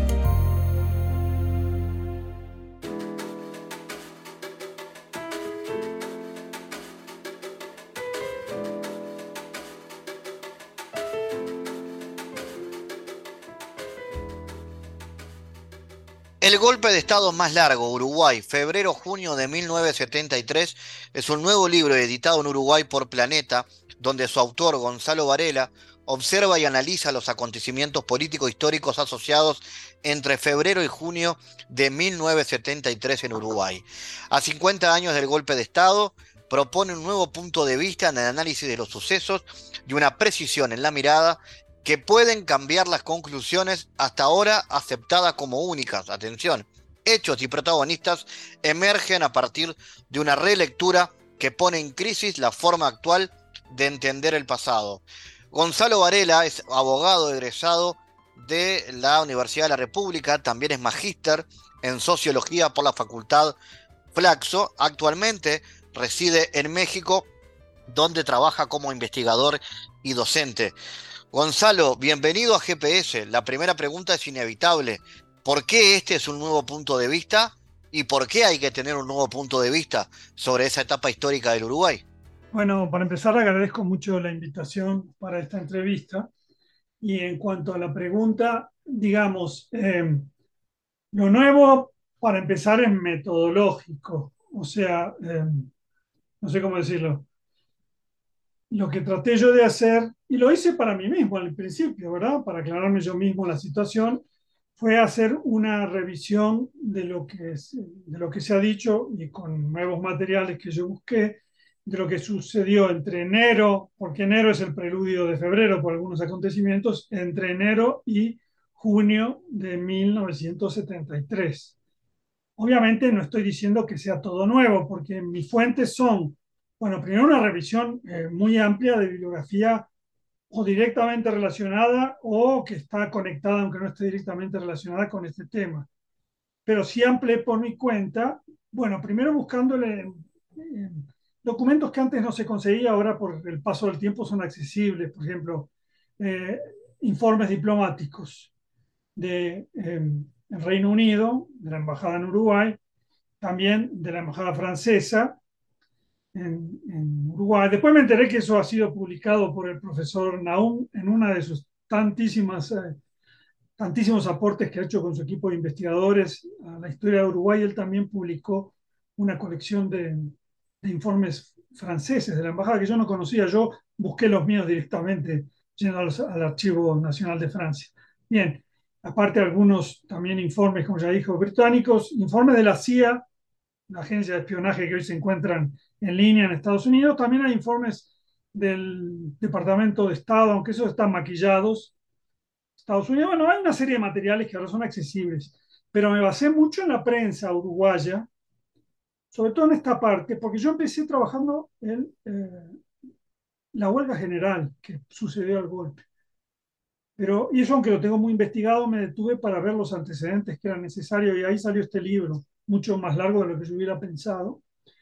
El golpe de Estado más largo, Uruguay, febrero-junio de mil novecientos setenta y tres, es un nuevo libro editado en Uruguay por Planeta, donde su autor, Gonzalo Varela, observa y analiza los acontecimientos políticos históricos asociados entre febrero y junio de mil novecientos setenta y tres en Uruguay. A cincuenta años del golpe de Estado, propone un nuevo punto de vista en el análisis de los sucesos y una precisión en la mirada que pueden cambiar las conclusiones hasta ahora aceptadas como únicas. Atención, hechos y protagonistas emergen a partir de una relectura que pone en crisis la forma actual de entender el pasado. Gonzalo Varela es abogado egresado de la Universidad de la República, también es magíster en sociología por la Facultad Flaxo. Actualmente reside en México, donde trabaja como investigador y docente. Gonzalo, bienvenido a G P S. La primera pregunta es inevitable. ¿Por qué este es un nuevo punto de vista? ¿Y por qué hay que tener un nuevo punto de vista sobre esa etapa histórica del Uruguay? Bueno, para empezar, agradezco mucho la invitación para esta entrevista. Y en cuanto a la pregunta, digamos, eh, lo nuevo, para empezar, es metodológico. O sea, eh, no sé cómo decirlo. Lo que traté yo de hacer, y lo hice para mí mismo al principio, ¿verdad? Para aclararme yo mismo la situación, fue hacer una revisión de lo que, es, de lo que se ha dicho y con nuevos materiales que yo busqué, de lo que sucedió entre enero, porque enero es el preludio de febrero por algunos acontecimientos, entre enero y junio de mil novecientos setenta y tres. Obviamente no estoy diciendo que sea todo nuevo, porque mis fuentes son, bueno, primero una revisión eh, muy amplia de bibliografía o directamente relacionada o que está conectada, aunque no esté directamente relacionada con este tema. Pero sí amplié por mi cuenta, bueno, primero buscándole en, en documentos que antes no se conseguía, ahora por el paso del tiempo son accesibles, por ejemplo, eh, informes diplomáticos de eh, el Reino Unido, de la Embajada en Uruguay, también de la Embajada Francesa en, en Uruguay. Después me enteré que eso ha sido publicado por el profesor Naum en una de sus tantísimas, eh, tantísimos aportes que ha hecho con su equipo de investigadores a la historia de Uruguay. Él también publicó una colección de, de informes franceses de la embajada que yo no conocía. Yo busqué los míos directamente yendo al, al Archivo Nacional de Francia. Bien, aparte algunos también informes, como ya dijo, británicos, informes de la C I A, la agencia de espionaje que hoy se encuentran en línea en Estados Unidos. También hay informes del Departamento de Estado, aunque esos están maquillados. Estados Unidos, bueno, hay una serie de materiales que ahora son accesibles, pero me basé mucho en la prensa uruguaya, sobre todo en esta parte, porque yo empecé trabajando en eh, la huelga general que sucedió al golpe. Pero, y eso aunque lo tengo muy investigado, me detuve para ver los antecedentes que eran necesarios y ahí salió este libro, mucho más largo de lo que yo hubiera pensado.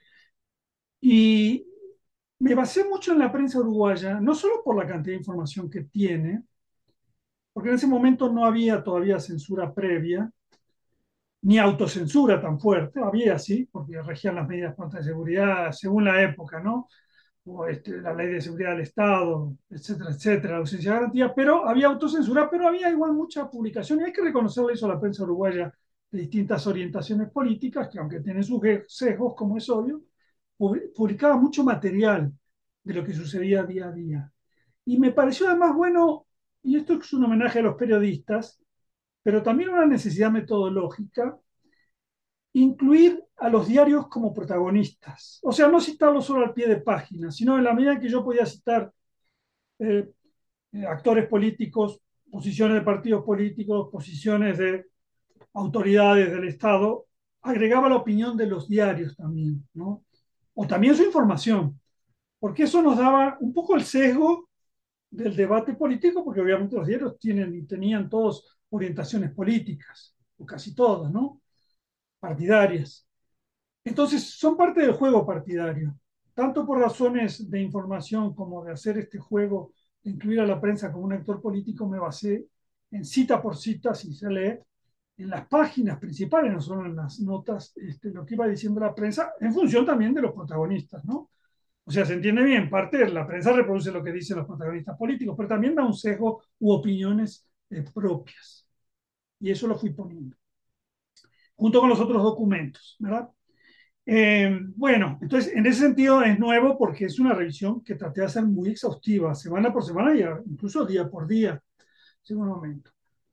Y me basé mucho en la prensa uruguaya, no solo por la cantidad de información que tiene, porque en ese momento no había todavía censura previa, ni autocensura tan fuerte, había sí, porque regían las medidas contra de seguridad según la época, ¿no? O este, la ley de seguridad del Estado, etcétera, etcétera, la ausencia de garantía, pero había autocensura, pero había igual mucha publicación, y hay que reconocerle eso a la prensa uruguaya de distintas orientaciones políticas, que aunque tienen sus sesgos, como es obvio, publicaba mucho material de lo que sucedía día a día. Y me pareció además bueno, y esto es un homenaje a los periodistas, pero también una necesidad metodológica, incluir a los diarios como protagonistas. O sea, no citarlos solo al pie de página, sino en la medida en que yo podía citar eh, eh, actores políticos, posiciones de partidos políticos, posiciones de autoridades del Estado, agregaba la opinión de los diarios también, ¿no? O también su información, porque eso nos daba un poco el sesgo del debate político, porque obviamente los diarios tienen y tenían todos orientaciones políticas, o casi todas, ¿no? Partidarias. Entonces, son parte del juego partidario, tanto por razones de información como de hacer este juego, de incluir a la prensa como un actor político, me basé en cita por cita, si se lee, en las páginas principales, no solo en las notas, este, lo que iba diciendo la prensa, en función también de los protagonistas, ¿no? O sea, se entiende bien, parte la prensa reproduce lo que dicen los protagonistas políticos, pero también da un sesgo u opiniones eh, propias. Y eso lo fui poniendo, junto con los otros documentos, ¿verdad? Eh, bueno, entonces en ese sentido es nuevo porque es una revisión que traté de hacer muy exhaustiva, semana por semana y incluso día por día, en un momento.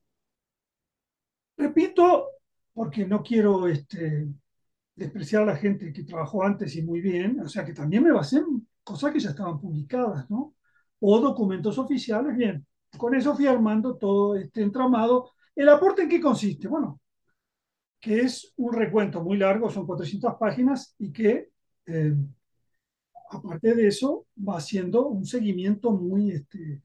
Repito, porque no quiero este, despreciar a la gente que trabajó antes y muy bien, o sea que también me basé en cosas que ya estaban publicadas, ¿no? O documentos oficiales, bien. Con eso fui armando todo este entramado. ¿El aporte en qué consiste? Bueno, que es un recuento muy largo, son cuatrocientas páginas, y que, eh, aparte de eso, va haciendo un seguimiento muy, este,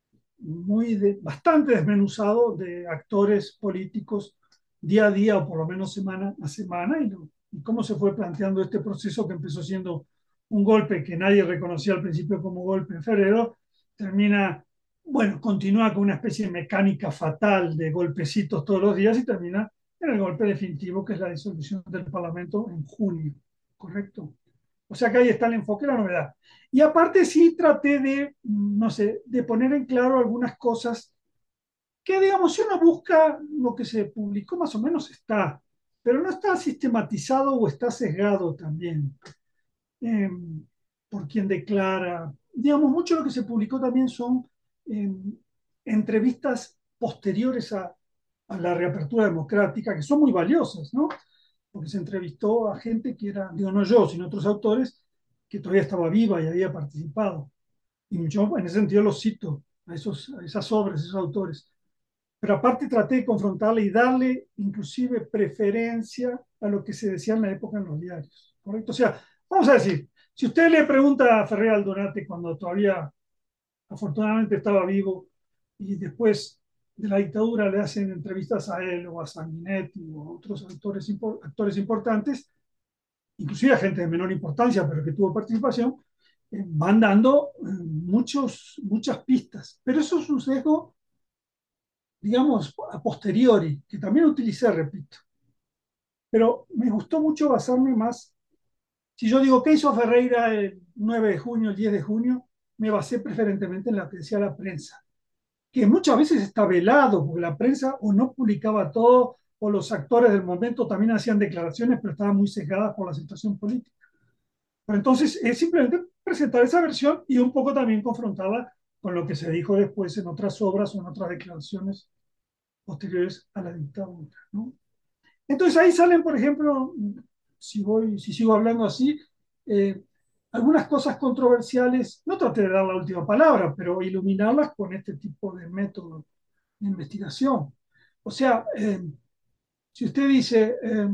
muy de, bastante desmenuzado de actores políticos día a día, o por lo menos semana a semana, y, lo, y cómo se fue planteando este proceso que empezó siendo un golpe que nadie reconocía al principio como golpe en febrero, termina, bueno, continúa con una especie de mecánica fatal de golpecitos todos los días y termina en el golpe definitivo, que es la disolución del Parlamento en junio, ¿correcto? O sea que ahí está el enfoque y la novedad. Y aparte sí traté de, no sé, de poner en claro algunas cosas que, digamos, si uno busca lo que se publicó, más o menos está, pero no está sistematizado o está sesgado también eh, por quien declara. Digamos, mucho de lo que se publicó también son eh, entrevistas posteriores a, a la reapertura democrática, que son muy valiosas, ¿no? Porque se entrevistó a gente que era, digo, no yo, sino otros autores, que todavía estaba viva y había participado. Y yo en ese sentido los cito, a, esos, a esas obras, a esos autores. Pero aparte traté de confrontarle y darle inclusive preferencia a lo que se decía en la época en los diarios, ¿correcto? O sea, vamos a decir, si usted le pregunta a Ferrer Aldunate cuando todavía afortunadamente estaba vivo y después de la dictadura le hacen entrevistas a él o a Sanguinetti o a otros actores, actores importantes, inclusive a gente de menor importancia, pero que tuvo participación, eh, van dando eh, muchos, muchas pistas. Pero eso es un sesgo, digamos, a posteriori, que también utilicé, repito. Pero me gustó mucho basarme más. Si yo digo, ¿qué hizo Ferreira el nueve de junio, el diez de junio? Me basé preferentemente en la que decía la prensa, que muchas veces está velado, porque la prensa o no publicaba todo, o los actores del momento también hacían declaraciones, pero estaban muy sesgadas por la situación política. Pero entonces es simplemente presentar esa versión y un poco también confrontarla con lo que se dijo después en otras obras o en otras declaraciones posteriores a la dictadura, ¿no? Entonces ahí salen, por ejemplo, si, voy, si sigo hablando así, eh, algunas cosas controversiales, no traté de dar la última palabra, pero iluminarlas con este tipo de método de investigación. O sea, eh, si usted dice, eh,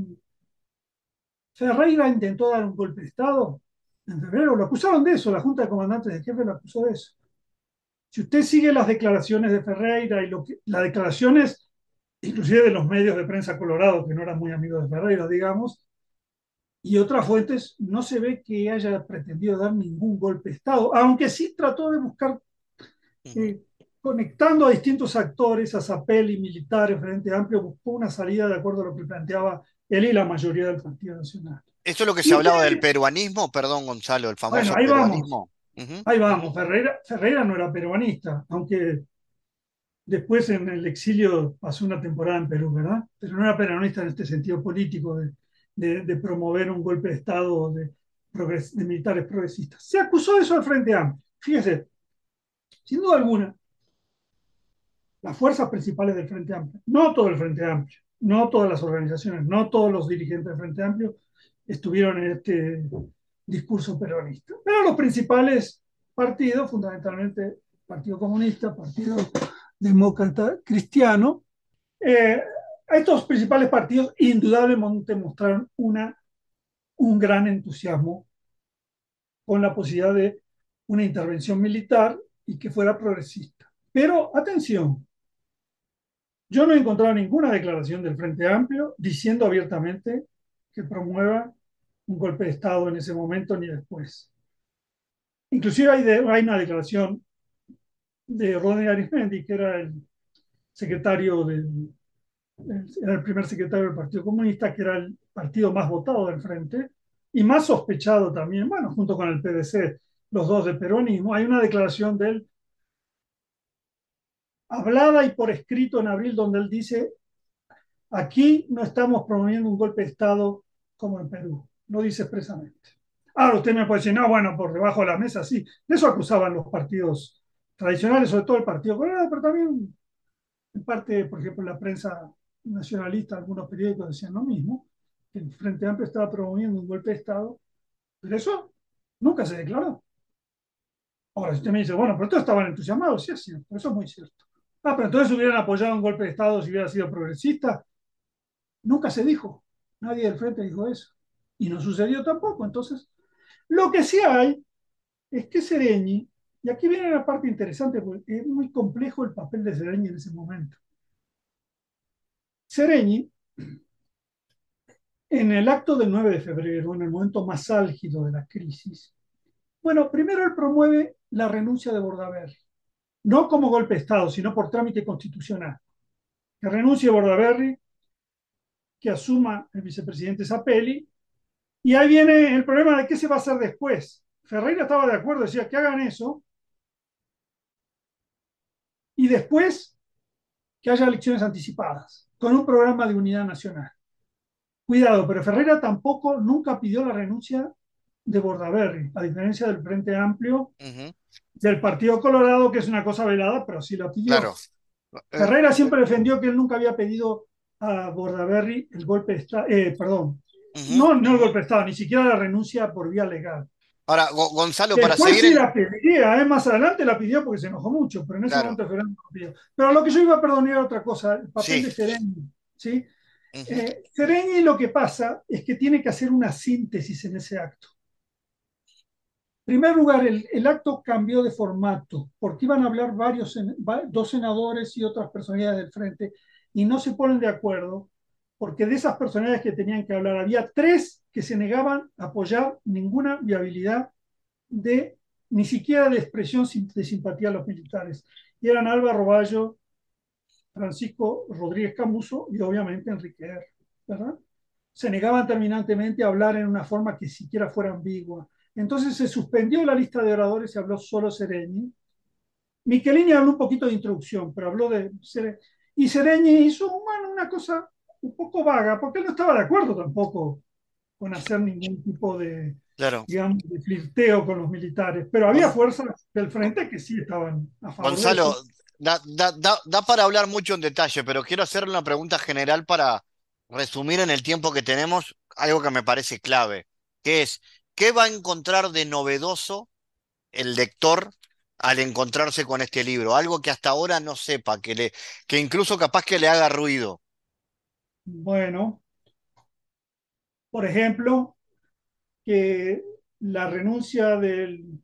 Ferreira intentó dar un golpe de Estado en febrero, lo acusaron de eso, la Junta de Comandantes de Jefe lo acusó de eso. Si usted sigue las declaraciones de Ferreira y lo que, las declaraciones inclusive de los medios de prensa colorados, que no eran muy amigos de Ferreira, digamos, y otras fuentes, no se ve que haya pretendido dar ningún golpe de Estado, aunque sí trató de buscar, eh, conectando a distintos actores, a Zapelli, militares, Frente Amplio, buscó una salida de acuerdo a lo que planteaba él y la mayoría del Partido Nacional. Esto es lo que se Y hablaba del que, peruanismo, perdón, Gonzalo, el bueno, famoso ahí vamos, peruanismo. Ujú. ahí vamos. Ferreira, Ferreira no era peruanista, aunque después en el exilio pasó una temporada en Perú, ¿verdad? Pero no era peronista en este sentido político de, de, de promover un golpe de Estado de, progres, de militares progresistas. Se acusó de eso al Frente Amplio. Fíjese, sin duda alguna, las fuerzas principales del Frente Amplio, no todo el Frente Amplio, no todas las organizaciones, no todos los dirigentes del Frente Amplio estuvieron en este discurso peronista, pero los principales partidos, fundamentalmente Partido Comunista, Partido Demócrata Cristiano, eh, estos principales partidos indudablemente mostraron una, un gran entusiasmo con la posibilidad de una intervención militar y que fuera progresista. Pero atención, yo no he encontrado ninguna declaración del Frente Amplio diciendo abiertamente que promueva un golpe de Estado en ese momento ni después. Inclusive hay, de, hay una declaración de Rodney Arismendi, que era el secretario del, era el primer secretario del Partido Comunista, que era el partido más votado del Frente y más sospechado también, bueno, junto con el P D C, los dos del peronismo. Hay una declaración de él hablada y por escrito en abril donde él dice: aquí no estamos promoviendo un golpe de Estado como en Perú. Lo dice expresamente. Ahora usted me puede decir, no, bueno, por debajo de la mesa, sí. De eso acusaban los partidos tradicionales, sobre todo el Partido Colorado, pero también en parte, por ejemplo, en la prensa nacionalista, algunos periódicos decían lo mismo, que el Frente Amplio estaba promoviendo un golpe de Estado, pero eso nunca se declaró. Ahora, si usted me dice, bueno, pero todos estaban entusiasmados, sí es cierto, eso es muy cierto. Ah, pero entonces hubieran apoyado un golpe de Estado si hubiera sido progresista. Nunca se dijo, nadie del Frente dijo eso. Y no sucedió tampoco. Entonces, lo que sí hay es que Sereñi, y aquí viene la parte interesante, porque es muy complejo el papel de Sereñi en ese momento. Sereñi, en el acto del nueve de febrero, en el momento más álgido de la crisis, bueno, primero él promueve la renuncia de Bordaberry, no como golpe de Estado, sino por trámite constitucional. Que renuncie Bordaberry, que asuma el vicepresidente Zapelli, y ahí viene el problema de qué se va a hacer después. Ferreira estaba de acuerdo, decía que hagan eso, y después que haya elecciones anticipadas, con un programa de unidad nacional. Cuidado, pero Ferreira tampoco nunca pidió la renuncia de Bordaberry, a diferencia del Frente Amplio, uh-huh, del Partido Colorado, que es una cosa velada, pero sí la pidió. Claro. Ferreira siempre defendió que él nunca había pedido a Bordaberry el golpe de Estado, eh, perdón, uh-huh, no, no el golpe de Estado, ni siquiera la renuncia por vía legal. Ahora, Gonzalo, Después para seguir. Sí en... la pediría, ¿eh? Más adelante la pidió porque se enojó mucho, pero en ese claro. momento Ferreira no pidió. Pero lo que yo iba a perdonar otra cosa, el papel sí. de Sereñi, ¿sí? Uh-huh. Eh, Sereñi lo que pasa es que tiene que hacer una síntesis en ese acto. En primer lugar, el, el acto cambió de formato, porque iban a hablar varios, dos senadores y otras personalidades del Frente, y no se ponen de acuerdo, porque de esas personalidades que tenían que hablar, había tres que se negaban a apoyar ninguna viabilidad de, ni siquiera de expresión de simpatía a los militares. Y eran Alba Roballo, Francisco Rodríguez Camuso y obviamente Enrique R., ¿verdad? Se negaban terminantemente a hablar en una forma que siquiera fuera ambigua. Entonces se suspendió la lista de oradores y habló solo Sereñi. Michelini habló un poquito de introducción, pero habló de Sereñi. Y Sereñi hizo bueno, una cosa un poco vaga, porque él no estaba de acuerdo tampoco con hacer ningún tipo de, claro. digamos, de flirteo con los militares. Pero había fuerzas del Frente que sí estaban a favor Gonzalo, de eso. Da, da, da, da para hablar mucho en detalle, pero quiero hacerle una pregunta general para resumir en el tiempo que tenemos algo que me parece clave, que es, ¿qué va a encontrar de novedoso el lector al encontrarse con este libro? Algo que hasta ahora no sepa, que, le, que incluso capaz que le haga ruido. Bueno, por ejemplo, que la renuncia del,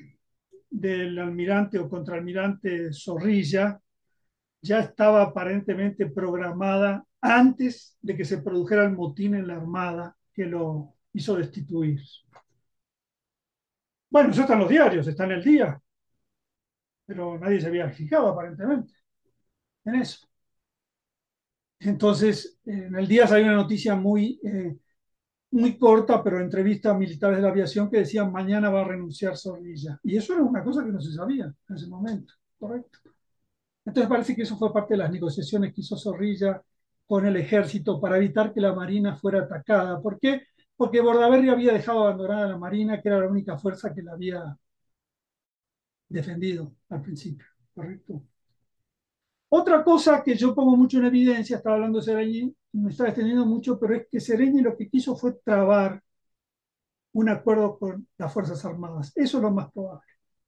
del almirante o contraalmirante Zorrilla ya estaba aparentemente programada antes de que se produjera el motín en la Armada que lo hizo destituir. Bueno, eso está en los diarios, está en el día, pero nadie se había fijado aparentemente en eso. Entonces, en el día salió una noticia muy, eh, muy corta, pero entrevista a militares de la aviación que decían mañana va a renunciar Zorrilla. Y eso era una cosa que no se sabía en ese momento, ¿correcto? Entonces parece que eso fue parte de las negociaciones que hizo Zorrilla con el ejército para evitar que la Marina fuera atacada. ¿Por qué? Porque Bordaberry había dejado abandonada a la Marina, que era la única fuerza que la había defendido al principio, ¿correcto? Otra cosa que yo pongo mucho en evidencia, estaba hablando de Seregni, me estaba extendiendo mucho, pero es que Seregni lo que quiso fue trabar un acuerdo con las Fuerzas Armadas. Eso es lo más probable.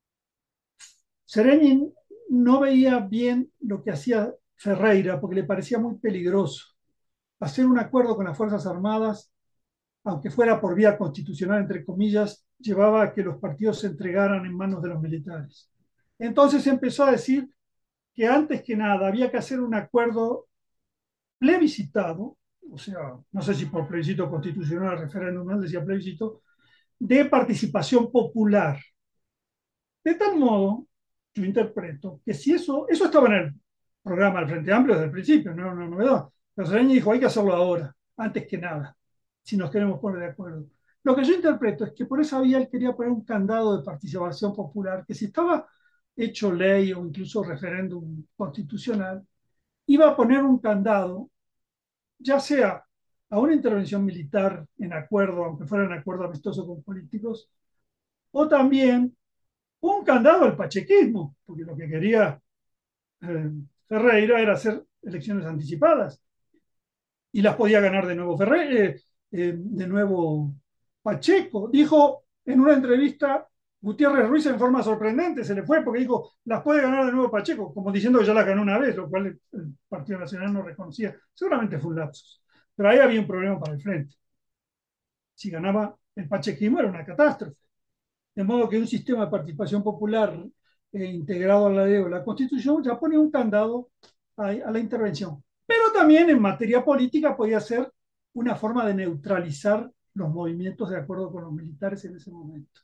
Seregni no veía bien lo que hacía Ferreira porque le parecía muy peligroso. Hacer un acuerdo con las Fuerzas Armadas, aunque fuera por vía constitucional, entre comillas, llevaba a que los partidos se entregaran en manos de los militares. Entonces empezó a decir que antes que nada había que hacer un acuerdo plebiscitado, o sea, no sé si por plebiscito constitucional, referéndum, no decía plebiscito, de participación popular. De tal modo, yo interpreto que si eso, eso estaba en el programa del Frente Amplio desde el principio, no era una novedad. Pero Seregni dijo, hay que hacerlo ahora, antes que nada, si nos queremos poner de acuerdo. Lo que yo interpreto es que por esa vía él quería poner un candado de participación popular, que si estaba hecho ley o incluso referéndum constitucional, iba a poner un candado, ya sea a una intervención militar en acuerdo, aunque fuera en acuerdo amistoso con políticos, o también un candado al pachequismo, porque lo que quería eh, Ferreira era hacer elecciones anticipadas y las podía ganar de nuevo Ferreira, eh, eh, de nuevo Pacheco. Dijo en una entrevista Gutiérrez Ruiz en forma sorprendente, se le fue porque dijo, las puede ganar de nuevo Pacheco, como diciendo que ya las ganó una vez, lo cual el, el Partido Nacional no reconocía. Seguramente fue un lapsus, pero ahí había un problema para el frente. Si ganaba el pachequismo era una catástrofe. De modo que un sistema de participación popular eh, integrado a la ley o la Constitución ya pone un candado a, a la intervención. Pero también en materia política podía ser una forma de neutralizar los movimientos de acuerdo con los militares en ese momento.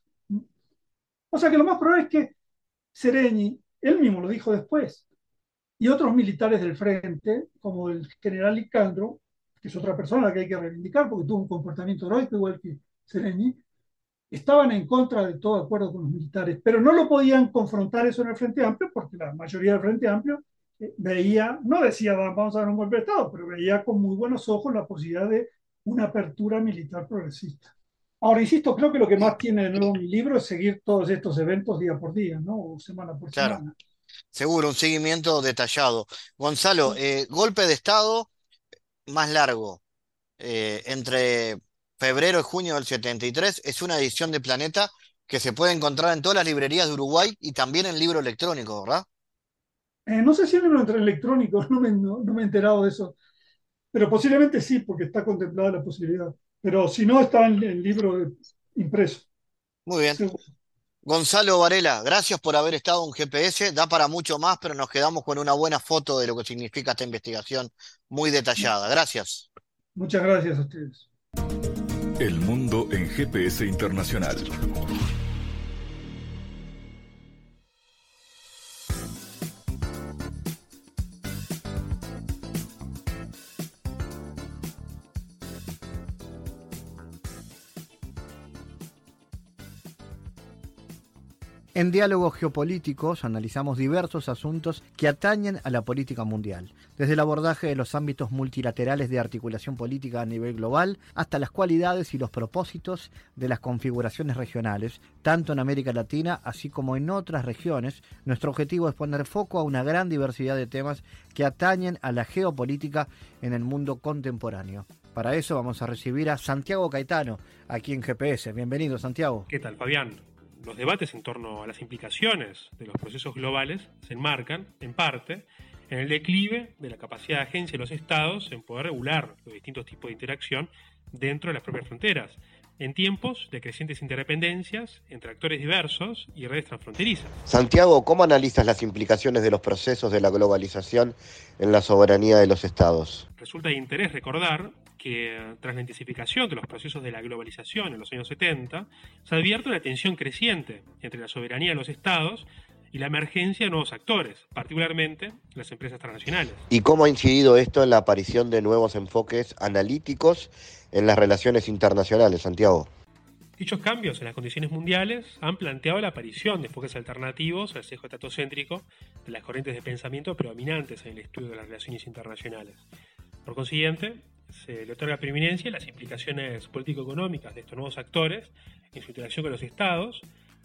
O sea que lo más probable es que Seregni, él mismo lo dijo después, y otros militares del frente, como el general Licandro, que es otra persona que hay que reivindicar porque tuvo un comportamiento heroico igual que Seregni, estaban en contra de todo acuerdo con los militares, pero no lo podían confrontar eso en el Frente Amplio porque la mayoría del Frente Amplio eh, veía, no decía vamos a dar un golpe de Estado, pero veía con muy buenos ojos la posibilidad de una apertura militar progresista. Ahora, insisto, creo que lo que más tiene de nuevo mi libro es seguir todos estos eventos día por día, ¿no? O semana por Claro, semana. seguro, un seguimiento detallado. Gonzalo, eh, golpe de Estado más largo, eh, entre febrero y junio del setenta y tres, es una edición de Planeta que se puede encontrar en todas las librerías de Uruguay y también en libro electrónico, ¿verdad? Eh, no sé si el libro entre electrónico, no me, no, no me he enterado de eso, pero posiblemente sí, porque está contemplada la posibilidad. Pero si no, está en el libro impreso. Muy bien. Seguro. Gonzalo Varela, gracias por haber estado en G P S. Da para mucho más, pero nos quedamos con una buena foto de lo que significa esta investigación muy detallada. Gracias. Muchas gracias a ustedes. El mundo en G P S Internacional. En Diálogos Geopolíticos analizamos diversos asuntos que atañen a la política mundial, desde el abordaje de los ámbitos multilaterales de articulación política a nivel global hasta las cualidades y los propósitos de las configuraciones regionales, tanto en América Latina así como en otras regiones. Nuestro objetivo es poner foco a una gran diversidad de temas que atañen a la geopolítica en el mundo contemporáneo. Para eso vamos a recibir a Santiago Caetano, aquí en G P S. Bienvenido, Santiago. ¿Qué tal, Fabián? Los debates en torno a las implicaciones de los procesos globales se enmarcan, en parte, en el declive de la capacidad de agencia de los estados en poder regular los distintos tipos de interacción dentro de las propias fronteras, en tiempos de crecientes interdependencias entre actores diversos y redes transfronterizas. Santiago, ¿cómo analizas las implicaciones de los procesos de la globalización en la soberanía de los estados? Resulta de interés recordar que tras la intensificación de los procesos de la globalización en los años setenta, se advierte una tensión creciente entre la soberanía de los estados y la emergencia de nuevos actores, particularmente las empresas transnacionales. ¿Y cómo ha incidido esto en la aparición de nuevos enfoques analíticos en las relaciones internacionales, Santiago? Dichos cambios en las condiciones mundiales han planteado la aparición de enfoques alternativos al sesgo estatocéntrico de las corrientes de pensamiento predominantes en el estudio de las relaciones internacionales. Por consiguiente, se le otorga preeminencia a las implicaciones político-económicas de estos nuevos actores en su interacción con los estados,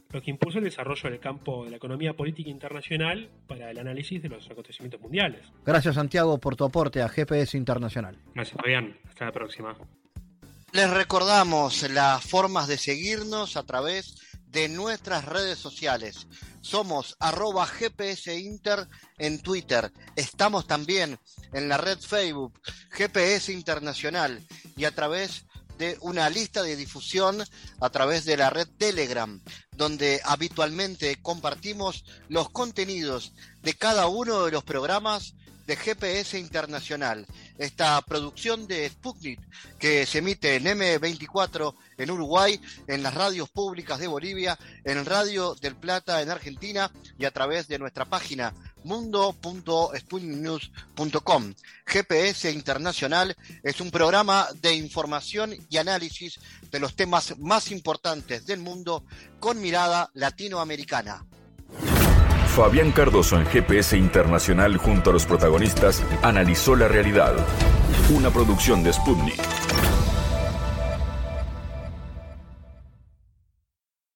lo que impulsa el desarrollo del campo de la economía política internacional para el análisis de los acontecimientos mundiales. Gracias, Santiago, por tu aporte a G P S Internacional. Gracias, Fabián. Hasta la próxima. Les recordamos las formas de seguirnos a través de nuestras redes sociales. Somos arroba G P S Inter en Twitter. Estamos también en la red Facebook G P S Internacional y a través de una lista de difusión a través de la red Telegram, donde habitualmente compartimos los contenidos de cada uno de los programas de G P S Internacional, esta producción de Sputnik que se emite en eme veinticuatro en Uruguay, en las radios públicas de Bolivia, en Radio del Plata en Argentina y a través de nuestra página mundo punto sputnik news punto com. G P S Internacional es un programa de información y análisis de los temas más importantes del mundo con mirada latinoamericana. Fabián Cardoso en G P S Internacional junto a los protagonistas analizó la realidad. Una producción de Sputnik.